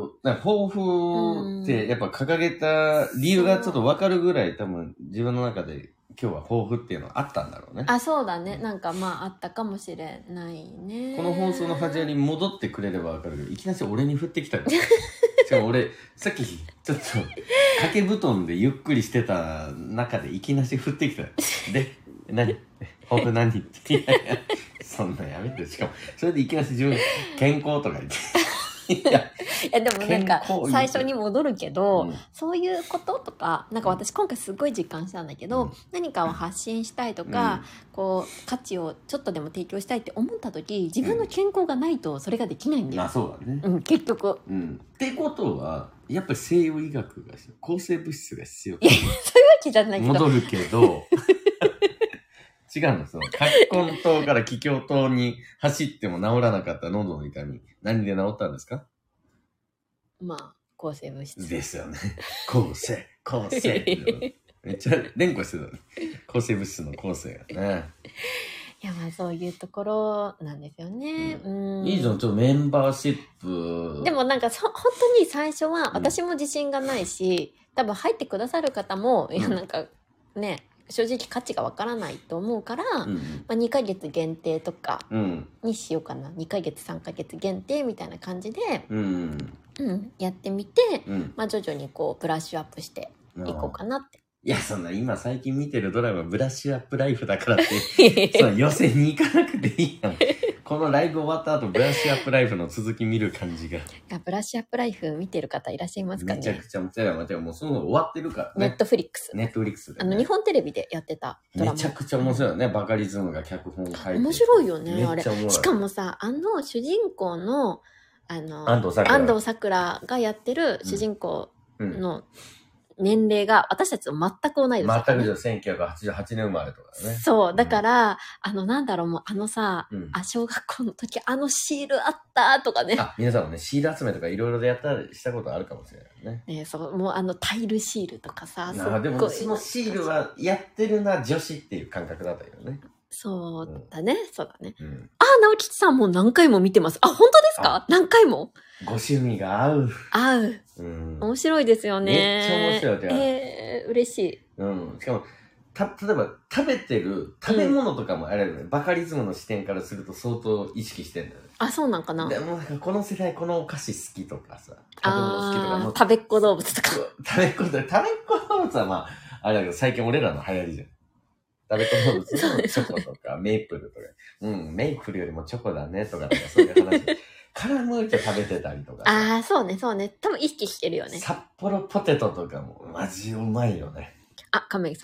ね、抱負ってやっぱ掲げた理由がちょっとわかるぐらい多分自分の中で今日は抱負っていうのはあったんだろうね。 あ、そうだね。なんかまああったかもしれないね。 この放送の始まりに戻ってくれればわかるけど、いきなり俺に降ってきたよ。しかも俺、さっきちょっと掛け布団でゆっくりしてた中でいきなり降ってきたよ。で、何抱負何って。いやいや、そんなやめて。しかも、それでいきなり自分、健康とか言って。いや、 いやでもなんか最初に戻るけど、うん、そういうこととかなんか私今回すごい実感したんだけど、うん、何かを発信したいとか、うん、こう価値をちょっとでも提供したいって思った時自分の健康がないとそれができないんだよ、 うん、あそうだね、 うん、結局、 うん、ってことはやっぱり西洋医学が抗生物質が必要いやそういうわけじゃないけど戻るけど違うんですよ。葛根湯から気胸湯に走っても治らなかった喉の痛み。何で治ったんですか？ まあ、抗生物質。 ですよね。抗生、抗生。めっちゃ連呼してたね。抗生物質の抗生がね。 いや、まあそういうところなんですよね。うん。うんいいじゃん、ちょっとメンバーシップ。 でもなんかそ、本当に最初は私も自信がないし、うん、多分入ってくださる方も、いやなんかね、正直価値がわからないと思うから、うんまあ、にかげつ限定とかにしようかな、うん、にかげつさんかげつ限定みたいな感じで、うんうん、やってみて、うんまあ、徐々にこうブラッシュアップしていこうかなって。 いやそんな今最近見てるドラマブラッシュアップライフだからってその寄せに行かなくていいやん。このライブ終わった後ブラッシュアップライフの続き見る感じが。いやブラッシュアップライフ見てる方いらっしゃいますかね。 めちゃくちゃもちろんもちろんもうその終わってるからね。 ネットフリックス。 ネットフリックスで、ね、 あの日本テレビでやってたドラマ。 めちゃくちゃ面白いよね。バカリズムが脚本書いて。 面白いよねめっちゃおもろい。 あれ。しかもさあの主人公のあの安藤サクラ安藤サクラがやってる主人公の、うん年齢が私たちと全く同い年だ、ね。 全くじゃせんきゅうひゃくはちじゅうはちねん生まれとかね。 そう。だから、うん、あの、なんだろう、もう、あのさ、うん、あ、小学校の時、あのシールあったとかね。 あ、皆さんもね、シール集めとかいろいろでやったりしたことあるかもしれないね。 ねそう、もうあの、タイルシールとかさ、 すっごい。でも、そのシールはやってるな、女子っていう感覚だったけどね。 そうだね、うん、そうだね。うん、あ、直吉さんもう何回も見てます。あ、本当ですか？何回も？ ご趣味が合う。 合う。うん。面白いですよね。 めっちゃ面白い。 えー、嬉しい。 うん。しかも、た、例えば食べてる食べ物とかもあれだよね、うん。バカリズムの視点からすると相当意識してんだよね。 あ、そうなんかな。 でもなんかこの世代このお菓子好きとかさ、食べ物好きとかも。 食べっ子動物とか。 食べっ子動物、食べっ子動物はまあ、あれだけど最近俺らの流行りじゃん。食べっ子動物のチョコとかメイプルとか、うん、メイプルよりもチョコだねとか、そういう話。カラムーチョ食べてたりとか。 ああ、そうね、そうね。多分意識してるよね。 札幌ポテトとかもマジうまいよね。 あ、亀井さん。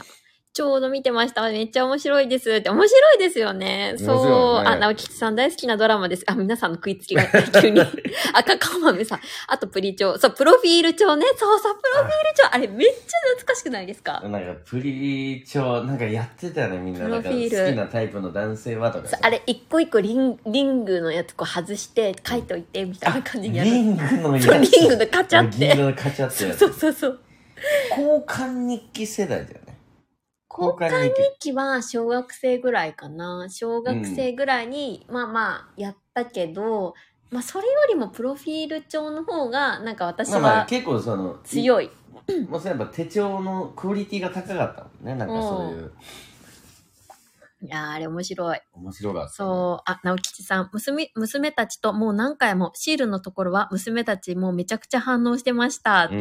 ちょうど見てました。めっちゃ面白いですって。面白いですよね。そう。 面白いねあ、直吉さん大好きなドラマです。あ、皆さんの食いつきが急に。あ、カカオ豆さん。あとプリ帳。そう、プロフィール帳ね。そうそう、プロフィール帳。あれめっちゃ懐かしくないですか？ なんか、プリ帳、なんかやってたよね、みんな。 プなんか、 ロフィール好きなタイプの男性はとかさ。 そうあれ、一個一個リンリングのやつこう外して書いといて、みたいな感じにやる。 リングのやつ。 そうリングのカチャって。 リングのカチャってやつ。 そうそうそう。 交換日記世代だよね。 交換日記は小学生ぐらいかな。小学生ぐらいに、うん、まあまあやったけど、まあそれよりもプロフィール帳の方がなんか私は、まあ、 結構その強い。 もうそういえば手帳のクオリティが高かったもんね。なんかそういう。 いやーあれ面白い。 面白かった、ね。 そう。あ、直吉さん。娘、娘たちともう何回もシールのところは娘たちもうめちゃくちゃ反応してましたって。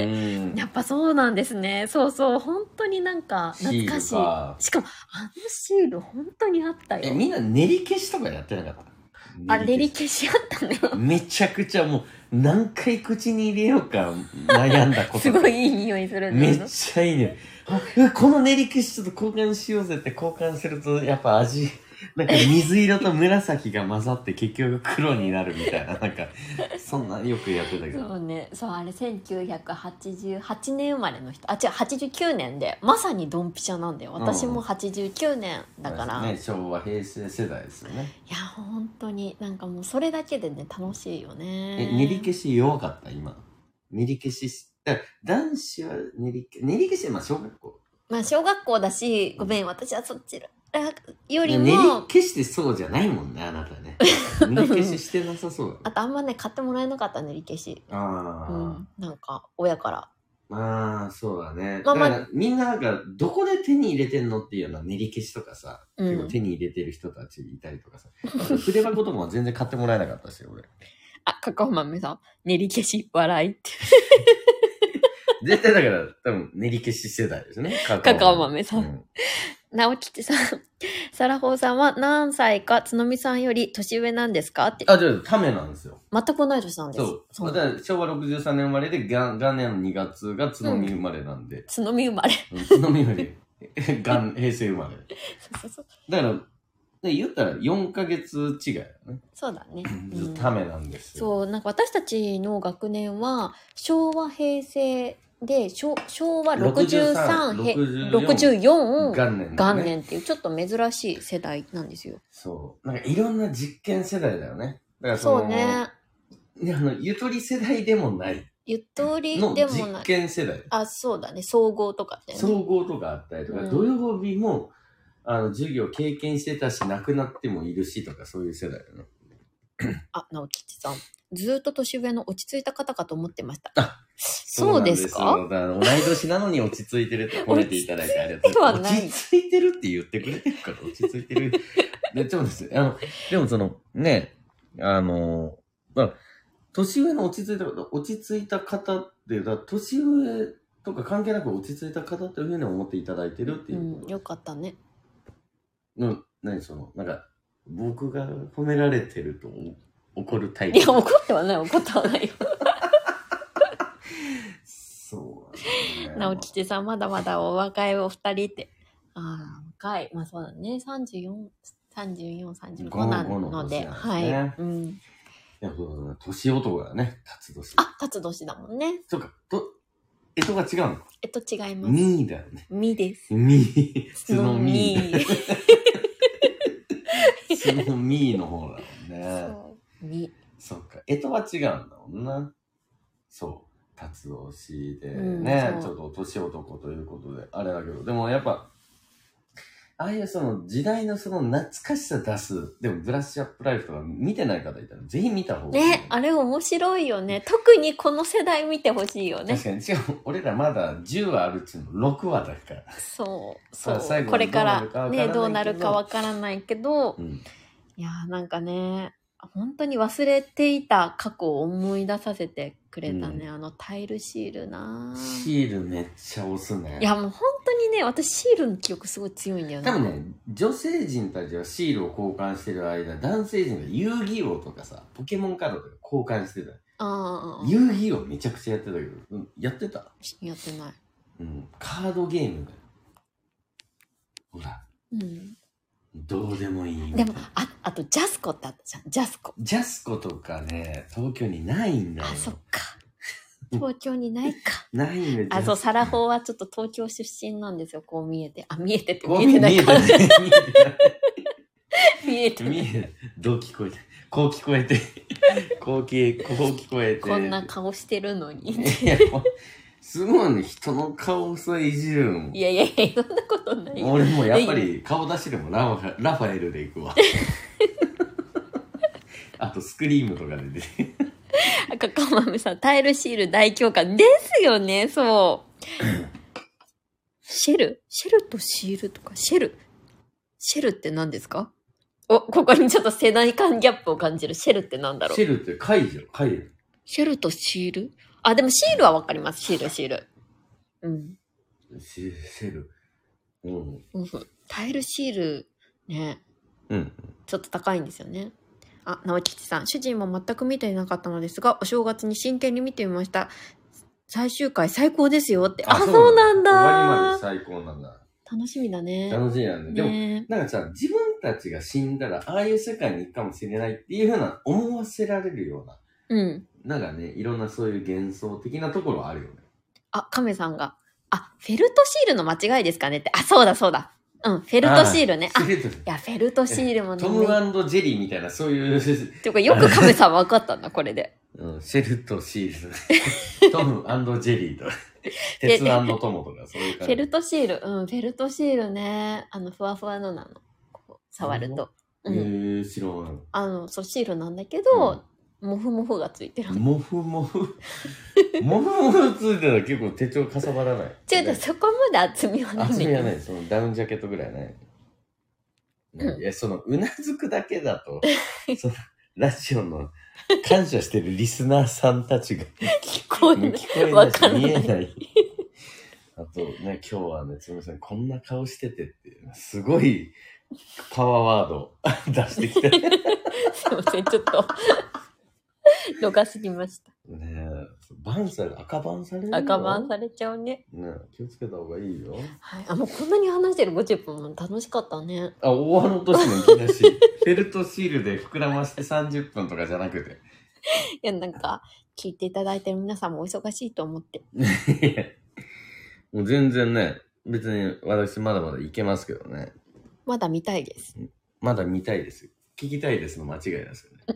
やっぱそうなんですね。そうそう。本当になんか懐かしい。しかもあのシール本当にあったよ。 え、みんな練り消しとかやってなかった？ あ、練り消しあったね。 めちゃくちゃもう何回口に入れようか悩んだこと。 すごいいい匂いするんだよ。めっちゃいいね。この練り消しちょっと交換しようぜって交換するとやっぱ味、なんか水色と紫が混ざって結局黒になるみたいな、なんかそんなよくやってたけど。 そうね。そう、あれせんきゅうひゃくはちじゅうはちねん生まれの人。あ、違う、はちじゅうきゅうねんで、まさにドンピシャなんだよ。私もはちじゅうきゅうねんだから。 ね、昭和平成世代ですよね。 いや、本当になんかもうそれだけでね、楽しいよね。 え、練り消し弱かった今。練り消し、男子は練り消し、練り消しはまあ小学校。 まあ小学校だし、ごめん、私はそっちよりも。 練り消してそうじゃないもんね、あなたね。練り消ししてなさそうだ、ね。 あとあんまね、買ってもらえなかった練り消し。ああ。うん。なんか、親から。 まあ、そうだね。まあまあ、だからみんななんか、どこで手に入れてんのっていうような練り消しとかさ、うん、結構手に入れてる人たちいたりとかさ。筆箱とかも全然買ってもらえなかったし、俺。 あ、カカオ豆さん、練り消し、笑いって。 絶対だから、多分練り消し世代ですね。 カカオ豆さん。うん直吉さん、サラホーさんは何歳かつのみさんより年上なんですかって。 あ、じゃあ、ためなんですよ。 全く同い年なんです。 そう。そうだから昭和ろくじゅうさんねん生まれで、元年のにがつがつのみ生まれなんで。 つのみ生まれ。 つのみ生まれ。元、平成生まれ。 そうそうそう。 だから、で言ったらよんかげつ違いだね。 そうだね。 うん、ためなんですよ。 そう、なんか私たちの学年は、昭和平成、で、昭和ろくじゅうさん、ろくじゅうよん元年、ね、元年っていうちょっと珍しい世代なんですよ。 そう。なんかいろんな実験世代だよね。だからそのそうね。ね、あの、ゆとり世代でもない。 ゆとりでもない。 実験世代。 あ、そうだね。総合とかって、ね。 総合とかあったりとか、うん、土曜日も、あの、授業経験してたし、亡くなってもいるしとか、そういう世代だよね。 あ、直吉さん。ずっと年上の落ち着いた方かと思ってました。 あ、そうですか？そうだ、同い年なのに落ち着いてるって褒めていただいてありがとうございます。落ち着いてるって言ってくれてるから落ち着いてる。で、そうです。あの、でもその、ね、あの、まあ、年上の落ち着いた方、落ち着いた方って、だ年上とか関係なく落ち着いた方というふうに思っていただいてるっていうこと。 うん、よかったね。 うん、何その、なんか、僕が褒められてると怒るタイプ。 いや、怒ってはない、怒ってはないよ。 そうだね。 直吉さん、まだまだお若いお二人って。ああ、若い。まあそうだね。さんじゅうよん、さんじゅうよん、さんじゅうごなので。はい。うん。いや、そうだ、年男だね。辰年。 あ、辰年だもんね。 そうか。と、えとが違うの？ えと違います。 みーだよね。 みです。 みー。つのみー。つのみーの方だもんね。 そう。み。 そっか。えとは違うんだもんな。そう。辰年でね、うん、ちょっと年男ということで、あれだけど、でもやっぱ、ああいうその時代のその懐かしさ出す、でもブラッシュアップライフとか見てない方いたらぜひ見た方がいい。 ね、あれ面白いよね。特にこの世代見てほしいよね。 確かに、しかも俺らまだじゅうわあるうちのろくわだから。 そう、そう。最後これからね、どうなるかわからないけど、うん、いやーなんかね、本当に忘れていた過去を思い出させてくれたね、うん、あのタイルシールな。 シールめっちゃ押すね。 いやもう本当にね、私シールの記憶すごい強いんだよね。 多分ね、女性陣たちはシールを交換してる間、男性陣が遊戯王とかさ、ポケモンカードとか交換してた。ああ。遊戯王めちゃくちゃやってたけど、うん、やってた？ やってない。 うん、カードゲームだよ。 ほら、 うん。 どうでもいい。 でも、あ、あとジャスコってあったじゃん。ジャスコ。 ジャスコとかね、東京にないんだよ。 あ、そっか。東京にないか。 ないんであ、そう、サラホーはちょっと東京出身なんですよ。こう見えて。あ、見えてってこう見えてないか。 見えてない。 見えてない。 見えてない。どう聞こえて。こう聞こえて。こう聞こう聞こえて。 こんな顔してるのに。 いや、すごいね。人の顔さいじるん。 いやいやいや、そんなことないよ。 俺もやっぱり顔出しでもラファラファエルで行くわ。あとスクリームとかで出て。 赤かまめさん、タイルシール大強化ですよね、そう。シェルシェルとシールとか、シェルシェルって何ですか？お、ここにちょっと世代間ギャップを感じる。シェルって何だろう？ シェルって貝じゃん、貝。 シェルとシール？あ、でもシールはわかります。シール、シール。うん。 シシェル。うん。 うん。タイルシール、ね。 うん。 ちょっと高いんですよね。あ、直吉さん。主人も全く見ていなかったのですが、お正月に真剣に見てみました。最終回最高ですよって。あ、あそうなんだ。 終わりまで最高なんだ。 楽しみだね。 楽しみだね。でも、ね、なんかさ、自分たちが死んだら、ああいう世界に行くかもしれないっていうふうな思わせられるような。 うん。 なんかね、いろんなそういう幻想的なところはあるよね。 あ、亀さんが。あ、フェルトシールの間違いですかねって。あ、そうだそうだ。うん、フェルトシールね。あ、いや、フェルトシールもね。 トム&ジェリーみたいな、そういう。 ていうか、よく亀さん分かったんだ、これで。 うん、シェルとシール。トム&ジェリーと。鉄&トモとか、そういう感じ。 フェルトシール、うん、フェルトシールね。あの、ふわふわのなの。こう触ると。 へ、うん、えー、知らない。 あの、そう、シールなんだけど、うん、モフモフがついてる。 モフモフモフモフついてたら結構手帳かさばらない。 違う違う、そこまで厚みはない。 厚みはない。そのダウンジャケットぐらいない。うん、いや、その、うなずくだけだと、その、ラジオの感謝してるリスナーさんたちが聞こえない。 聞こえないし見えない。あとね、今日はね、すみません、こんな顔しててっていう、すごいパワーワード出してきて。 すいません、ちょっと。度が過ぎました。 ねえ、バンされ、赤バンされるよ。 赤バンされちゃうね。 ねえ、気をつけた方がいいよ。 はい。あ、もうこんなに話してるごじゅっぷんも楽しかったね。 あ、終わろうとしてもいきなし、フェルトシールで膨らましてさんじゅっぷんとかじゃなくて。 いや、なんか、聞いていただいてる皆さんもお忙しいと思って。 もう全然ね、別に私まだまだいけますけどね。 まだ見たいです。 まだ見たいですよ。聞きたいですの間違いですよね。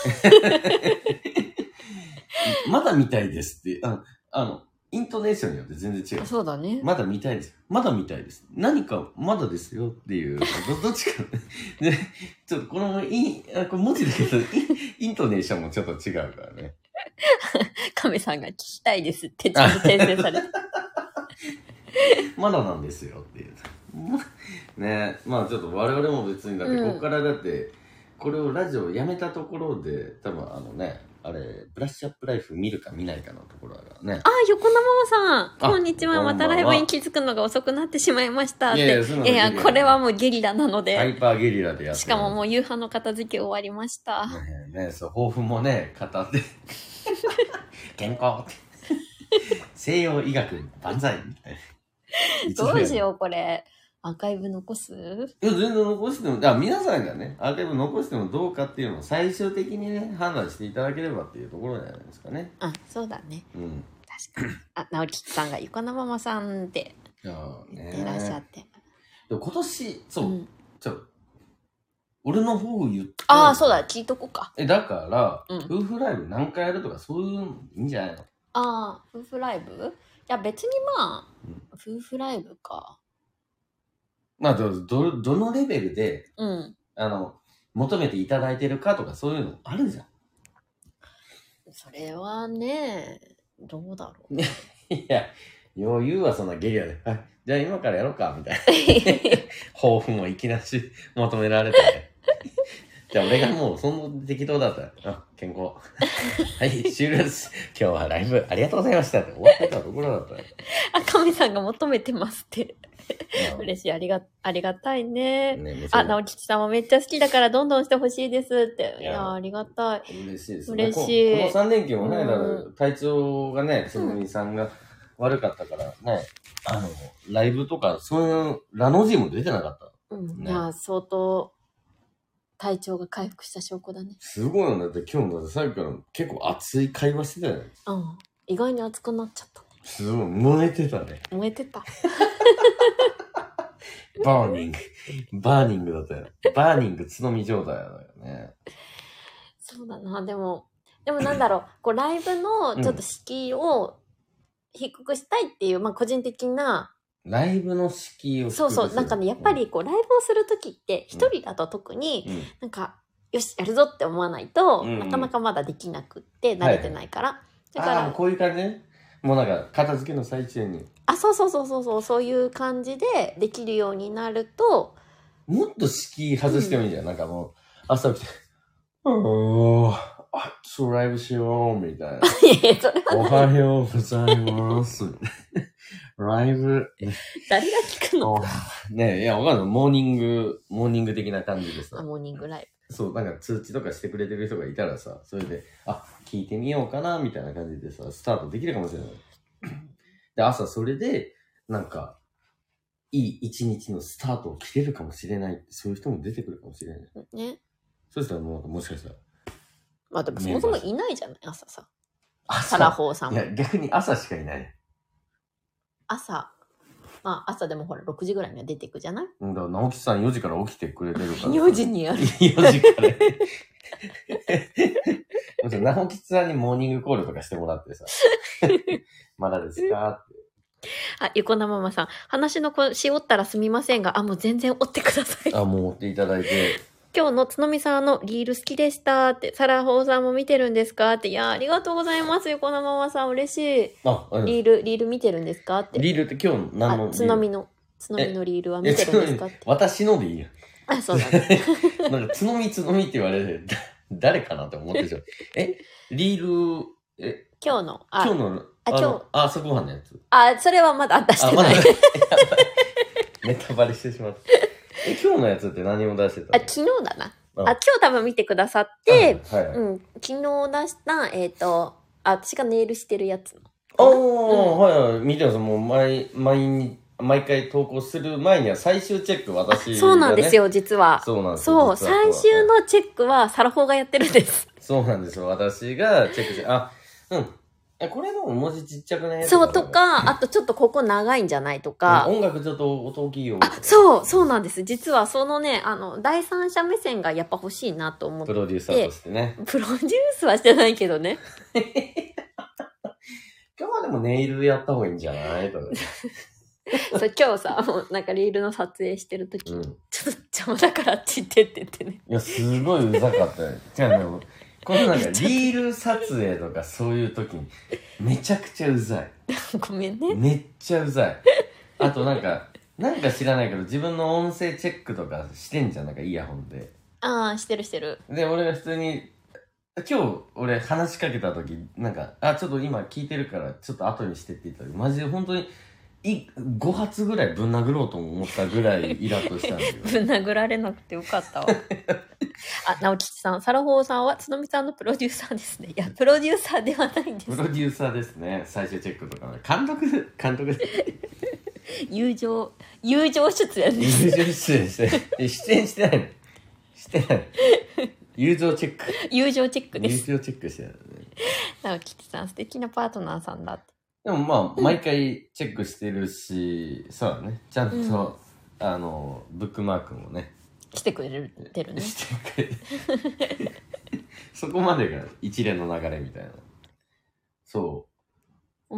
まだ見たいですって、あの、あの、イントネーションによって全然違う。 そうだね。 まだ見たいです。まだ見たいです。何かまだですよっていう、ど, どっちか。で、ちょっとこのイン、あこれ文字だけどイン、イントネーションもちょっと違うからね。 亀さんが聞きたいですってちゃんと訂正されて。 まだなんですよっていう。ね、まあちょっと我々も別にだって、ここからだって、うん、これをラジオをやめたところで、多分あのね、あれ、ブラッシュアップライフ見るか見ないかのところだからね。 あ、横のママさん、こんにちは。またライブに気づくのが遅くなってしまいましたって。いやいや、いやいやこれはもうゲリラなので。 ハイパーゲリラでやって。 しかももう夕飯の片付け終わりました。 ねえ、ねえ、そう、抱負もね、語って。健康って。西洋医学万歳みたいな。 どうしよう、これ。アーカイブ残す？ いや、全然残しても、だから皆さんがね、アーカイブ残してもどうかっていうのを最終的にね、判断していただければっていうところじゃないですかね。 あ、そうだね。 うん。 確かに。あ、直吉さんが、ゆかなママさんって言ってらっしゃって。 でも今年、そう、うん、ちょ、俺の方を言って。 ああ、そうだ、聞いとこうか。 え、だから、うん、夫婦ライブ何回やるとかそういうのいいんじゃないの？ ああ、夫婦ライブ？いや、別にまあ、うん、夫婦ライブか。 まあ、ど、ど、どのレベルで、 うん。 あの、求めていただいてるかとかそういうのあるじゃん。 それはね、どうだろう。 いや、余裕はそんなゲリラで、はい、じゃあ今からやろうか、みたいな。抱負もいきなし求められて、ね。じゃあ俺がもうそんな適当だったら、あ、健康。はい、終了です。今日はライブありがとうございましたって終わってたところだったよ。 あ、神さんが求めてますって。嬉しい、ありが、ありがたいね。ねあ、直吉さんもめっちゃ好きだからどんどんしてほしいですって。いや、いやありがたい。 嬉しいですね。嬉しい。 このさん連休もね、うん、体調がね、つむみさんが悪かったからね、あの、ライブとか、そういう、ラノジーも出てなかった。 うん。 ね、 いや、相当、体調が回復した証拠だね。 すごいよね。だって今日もさっきから結構熱い会話してたよね。 うん。意外に熱くなっちゃったね。 すごい、燃えてたね。 燃えてた。 バーニング。バーニングだったよ。バーニングつのみ状態だよね。 そうだな。でも、でもなんだろう、こうライブのちょっと敷居を低くしたいっていう、うん、まあ個人的な、 ライブの敷居を低くする。 そうそう。なんかね、やっぱりこう、ライブをするときって、一人だと特に、なんか、よし、やるぞって思わないと、うんうん、なかなかまだできなくって、慣れてないから。はい、だから。 あ、こういう感じね。もうなんか、片付けの最中に。 あ、そうそうそうそうそう、そういう感じでできるようになると。 もっと敷居外してもいいじゃん。うん、なんかもう、朝起きて、おー、あ、ちょっとライブしよう、みたいな。 いやいや、それは。 おはようございます。ライブ。 誰が聞くの？ ねえ、いや、わかんない。モーニング、モーニング的な感じでさ。 あ、モーニングライブ。 そう、なんか通知とかしてくれてる人がいたらさ、それで、あ、聞いてみようかな、みたいな感じでさ、スタートできるかもしれない。で、朝それで、なんか、いい一日のスタートを切れるかもしれない。そういう人も出てくるかもしれない。 ね。 そしたらもう、もしかしたら。 まあでもそもそもいないじゃない、朝さ。 朝。 サラホーさんも。 いや、逆に朝しかいない。 朝。まあ朝でもほらろくじぐらいには出てくじゃない？ だから直樹さんよじから起きてくれてるから。 よじにやる。よじから。直樹さんにモーニングコールとかしてもらってさ。まだですかって。 あ、横名ママさん。話の子、しおったらすみませんが、あ、もう全然追ってください。 あ、もう追っていただいて。 今日のつのみさんのリール好きでしたって、サラホーさんも見てるんですかって、いや、ありがとうございます。横名ママさん、嬉しい。あ、あリール、リール見てるんですかって。 リールって今日何のリール？ つのみの、つのみのリールは見てるんですかって。 私のでいいよ。 あ、そうだね。 なんか、つのみつのみって言われて、誰かなって思ってしょ。え、リール、え、 今日の、 あ、今日の、あ、今日、あ、朝ごはんのやつ。 あ、それはまだ出してない。あ、まだネタバレしてしまった。え、今日のやつって何を出してたの？ あ、昨日だな。あ、今日多分見てくださって、はいはい、うん、昨日出した、えっ、ー、と、あ、私がネイルしてるやつの。 ああ、うん、はいはい、見てます。もう毎、毎日、毎回投稿する前には最終チェック私が、ね、 そうなんですよ、実は。 そうなんですよ。そう、最終のチェックはサラホーがやってるんです。 そうなんですよ、私がチェックして、あ、うん。え、これの文字ちっちゃくない？ そうとか、あとちょっとここ長いんじゃないとか。 うん、音楽ちょっと音大きいよ。 あ、そう、そうなんです。実はそのね、あの、第三者目線がやっぱ欲しいなと思って。 プロデューサーとしてね。 プロデュースはしてないけどね。 今日はでもネイルやった方がいいんじゃないとか。 そう今日さ、もうなんかリールの撮影してるとき、うん、ちょっと邪魔だからあっち行ってって言ってね。 いや、すごいうざかったよ。じゃあね、このなんかリール撮影とかそういう時にめちゃくちゃうざい。 ごめんね。 めっちゃうざい。あとなんか、なんか知らないけど自分の音声チェックとかしてんじゃん、なんかイヤホンで。 ああ、してるしてる。 で、俺が普通に、今日俺話しかけた時、なんか、あ、ちょっと今聞いてるからちょっと後にしてって言ったら、マジで本当に、いご発ぐらいぶん殴ろうと思ったぐらいイラッとしたんだけど。 ぶん殴られなくてよかったわ。あ、直吉さん、サラホーさんはつのみさんのプロデューサーですね。いや、プロデューサーではないんです。 プロデューサーですね。最終チェックとか、ね。監督、監督友情、友情出演です。友情出演して、出演してないの。してない。友情チェック。 友情チェックです。 友情チェックしてないね。 直吉さん、素敵なパートナーさんだって。 でもまあ、毎回チェックしてるし、そうだね。ちゃんと、うん、あの、ブックマークもね。 してくれてるね。 してくれてそこまでが一連の流れみたいな。そう。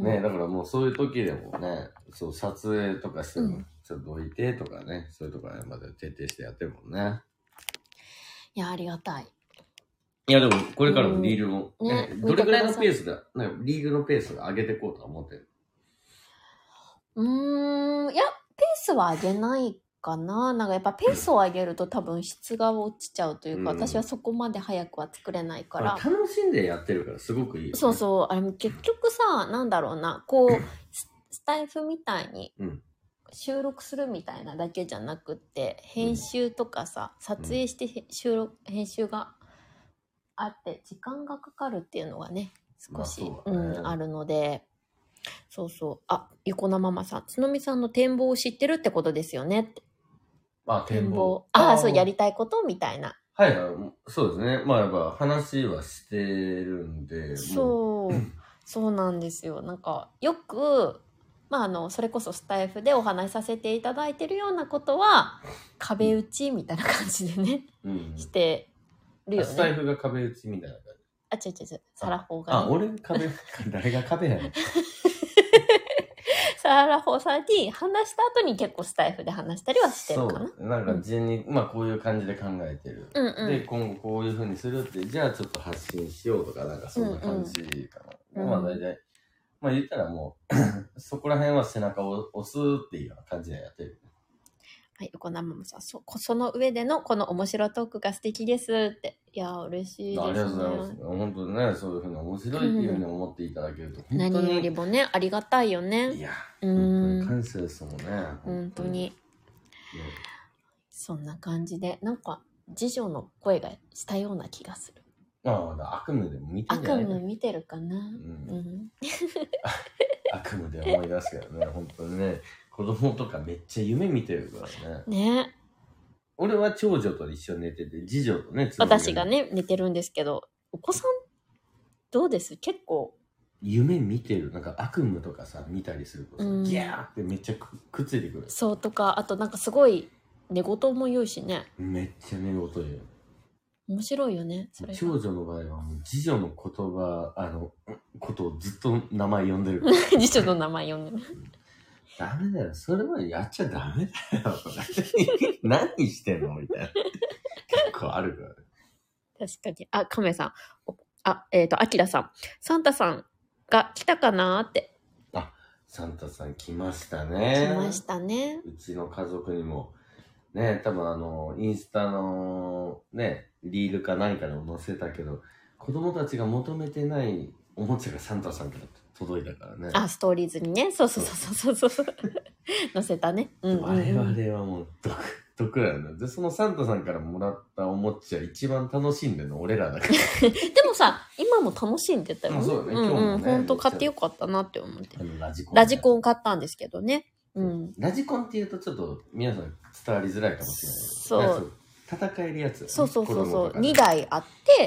ね、うん、だからもうそういう時でもね、そう、撮影とかしても、うん、ちょっとどいてとかね、そういうとこまで徹底してやってるもんね。 いや、ありがたい。 いや、でも、これからもリールも、うんね、どれくらいのペースが、なんかリールのペースが上げていこうと思ってる？ うーん、いや、ペースは上げないかな。なんかやっぱペースを上げると多分質が落ちちゃうというか、うん、私はそこまで早くは作れないから。 楽しんでやってるからすごくいいよ、ね。 そうそう。あれ結局さ、なんだろうな、こう、スタイフみたいに、うん収録するみたいなだけじゃなくって編集とかさ、うん、撮影して収録編集があって時間がかかるっていうのがね少し、まあそうだね、うん、あるのでそうそう。あ、ゆこなママさん。つのみさんの展望を知ってるってことですよねって。 あ、展望。 ああ、そう、やりたいことみたいな。 はいはい。そうですね。まあやっぱ話はしてるんで。 そう。そうなんですよ。なんか、よく、まああの、それこそスタイフでお話しさせていただいてるようなことは、壁打ちみたいな感じでね、うん、してるよね。 スタイフが壁打ちみたいな感じ。 あ、違う違う違う。サラホーが、ね。 あ、俺壁、誰が壁やねん。 サラホーさんに話した後に結構スタイフで話したりはしてるかな。 そう。なんか事前に、うん、まあこういう感じで考えてる。 うんうん、 で、今後こういう風にするって、じゃあちょっと発信しようとか、なんかそんな感じかな。うんうん、まあ大体、まあ言ったらもう、そこら辺は背中を押すっていうような感じでやってる。 はい、横生さん、そ、その上でのこの面白トークが素敵ですって。いや、嬉しいですね。 ありがとうございます。本当にね、そういうふうに面白いっていうふうに思っていただけると、うん、 何よりもね、ありがたいよね。 いや、うん、感謝ですもんね。 本当に。ね、そんな感じで、なんか、次女の声がしたような気がする。 ああ、悪夢でも見てるんじゃない？ 悪夢見てるかな。うん。うん、 悪夢で思い出すけどね、本当にね。子供とかめっちゃ夢見てるからね。ね。 俺は長女と一緒に寝てて、次女とね、 私がね、寝てるんですけど、お子さん、どうです？結構。 夢見てる。なんか悪夢とかさ、見たりするとさ、うん、ギャーってめっちゃ く, くっついてくる。 そうとか、あとなんかすごい寝言も言うしね。 めっちゃ寝言言う。 面白いよね、それ。 長女の場合はもう次女の言葉、あの、ことをずっと名前呼んでる。 次女の名前呼んでる。 ダメだよ。それはやっちゃダメだよ。何してんのみたいな。結構あるから。 確かに。あ、亀さん。あ、えっと、アキラさん。サンタさんが来たかなって。 あ、サンタさん来ましたね。 来ましたね。 うちの家族にも。ね、多分あの、インスタのね、リールか何かでも載せたけど、子供たちが求めてないおもちゃがサンタさんから届いたからね。 あ、ストーリーズにね。そうそうそうそうそう。載せたね。 うんうんうん、我々はもう毒、毒だよね。で、そのサンタさんからもらったおもちゃ一番楽しんでるの俺らだから。 でもさ、今も楽しんでたよね。 そうだね、今日もね。 うんうん、ほんと買ってよかったなって思って。 ラジコン、 ラジコン買ったんですけどね。うん、 ラジコンって言うとちょっと皆さん伝わりづらいかもしれないけど。そう。戦えるやつ、ね。 そうそうそうそう。にだいあって、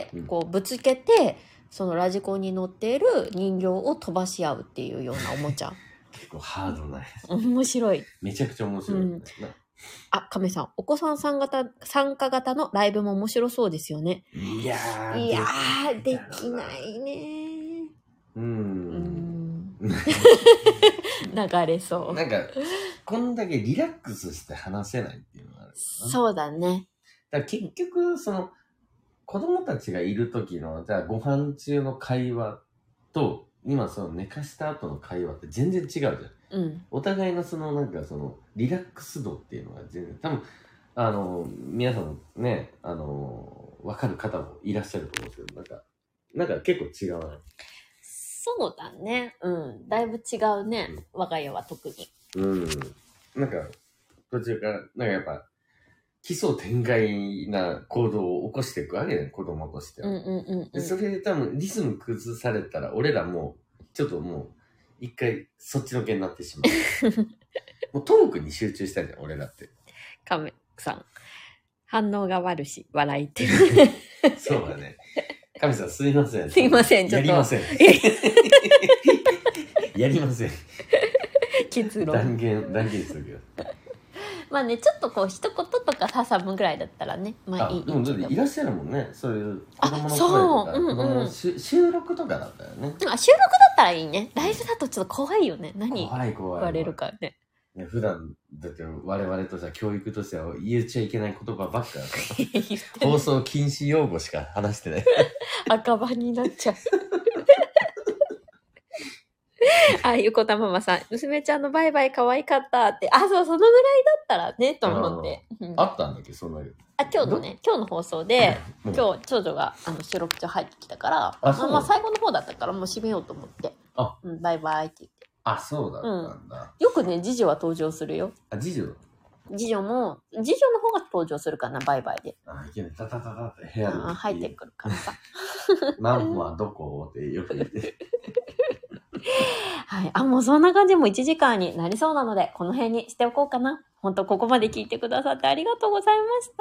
こうぶつけて、そのラジコンに乗っている人形を飛ばし合うっていうようなおもちゃ。 結構ハードなやつ。 面白い。 めちゃくちゃ面白い、ね。うん、 あ、亀さん、お子さん参加参加型のライブも面白そうですよね。 いやー。 いやー、できないねー。 うん。うん流れそう。 なんか、こんだけリラックスして話せないっていうのがある。 そうだね。 だから結局、その、子供たちがいる時の、じゃあご飯中の会話と、今その寝かした後の会話って全然違うじゃん。 うん。 お互いのそのなんかそのリラックス度っていうのが全然、多分、あの、皆さんね、あの、わかる方もいらっしゃると思うんですけど、なんか、なんか結構違うな。 そうだね。うん。だいぶ違うね。うん、我が家は特に。 うん。なんか、途中から、なんかやっぱ、奇想天外な行動を起こしていくわけだよ、子供としては。 うんうんうんうん、 でそれで多分リズム崩されたら、俺らもう、ちょっともう、一回そっちのけになってしまう。もうトークに集中したいじゃん、俺らって。 亀さん。反応が悪し、笑いって。 そうだね。神さんすいません。 すいません、ちょっと。 やりません。やりません。 結論。 断言、断言するけど。 まあね、ちょっとこう、一言とか挟むぐらいだったらね、まあいい。 でもだっていらっしゃるもんね。そういう子供の声とか、うんうん、子供の収録とかだったよね。 あ、収録だったらいいね。ライブだとちょっと怖いよね。何怖い怖い。 言われるかね。 ね、普段、だって我々としては教育としては言っちゃいけない言葉ばっかだ放送禁止用語しか話してない。 赤羽になっちゃう。あ、ゆこたママさん、娘ちゃんのバイバイ可愛かったって。あ、そう、そのぐらいだったらね、と思って。 あ, あったんだっけ、そんなに。 あ、今日のね、今日の放送で、うん、今日、長女があの収録中入ってきたから、あ、まあ、まあ、最後の方だったからもう閉めようと思って。あ、うん、バイバイって言って。 あ、そうだったんだ。うん、 よくね、次女は登場するよ。 あ、次女次女も、次女の方が登場するかな、バイバイで。 あ、いけない。タタタタって部屋に。 あ、入ってくるからさ。 マンはどこってよく言って。 はい。あ、もうそんな感じもいちじかんになりそうなので、この辺にしておこうかな。本当ここまで聞いてくださってありがとうございました。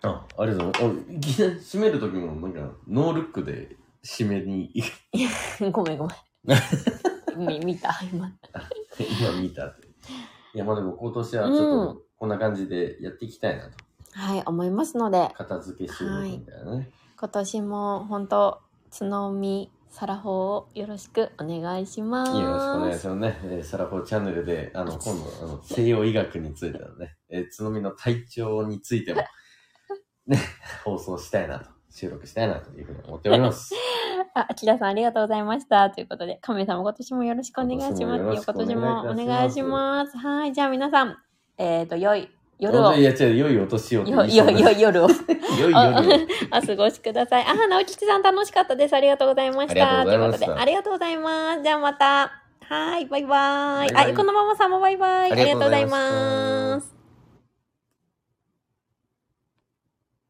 あ、ありがとうございます。いきなり締めるときも、なんか、ノールックで締めに行く。 ごめんごめん。み、見た今。 今見たって。いや、まあでも今年はちょっと、こんな感じでやっていきたいなと。 うん、はい、思いますので。 片付け収録みたいなね。はい、 今年も本当、つのみ、サラホをよろしくお願いします。 よろしくお願いしますね。えー、サラホチャンネルで、あの、今度、あの、西洋医学についてのね、えー、つのみの体調についても、ね、放送したいなと、収録したいなというふうに思っております。 あ、あきらさんありがとうございました。ということで、亀さんも今年もよろしくお願いします。今年もお願いします。はい、じゃあ皆さん、えっと、良い夜を。 いや、違う、良いお年を。 よ、よ、よ、夜を。 良い夜を。 お過ごしください。あ、直吉さん楽しかったです。ありがとうございました。 ありがとうございました。 ということで、ありがとうございます。じゃあまた。はい、バイバイ。あ、このままさんもバイバイ。ありがとうございます。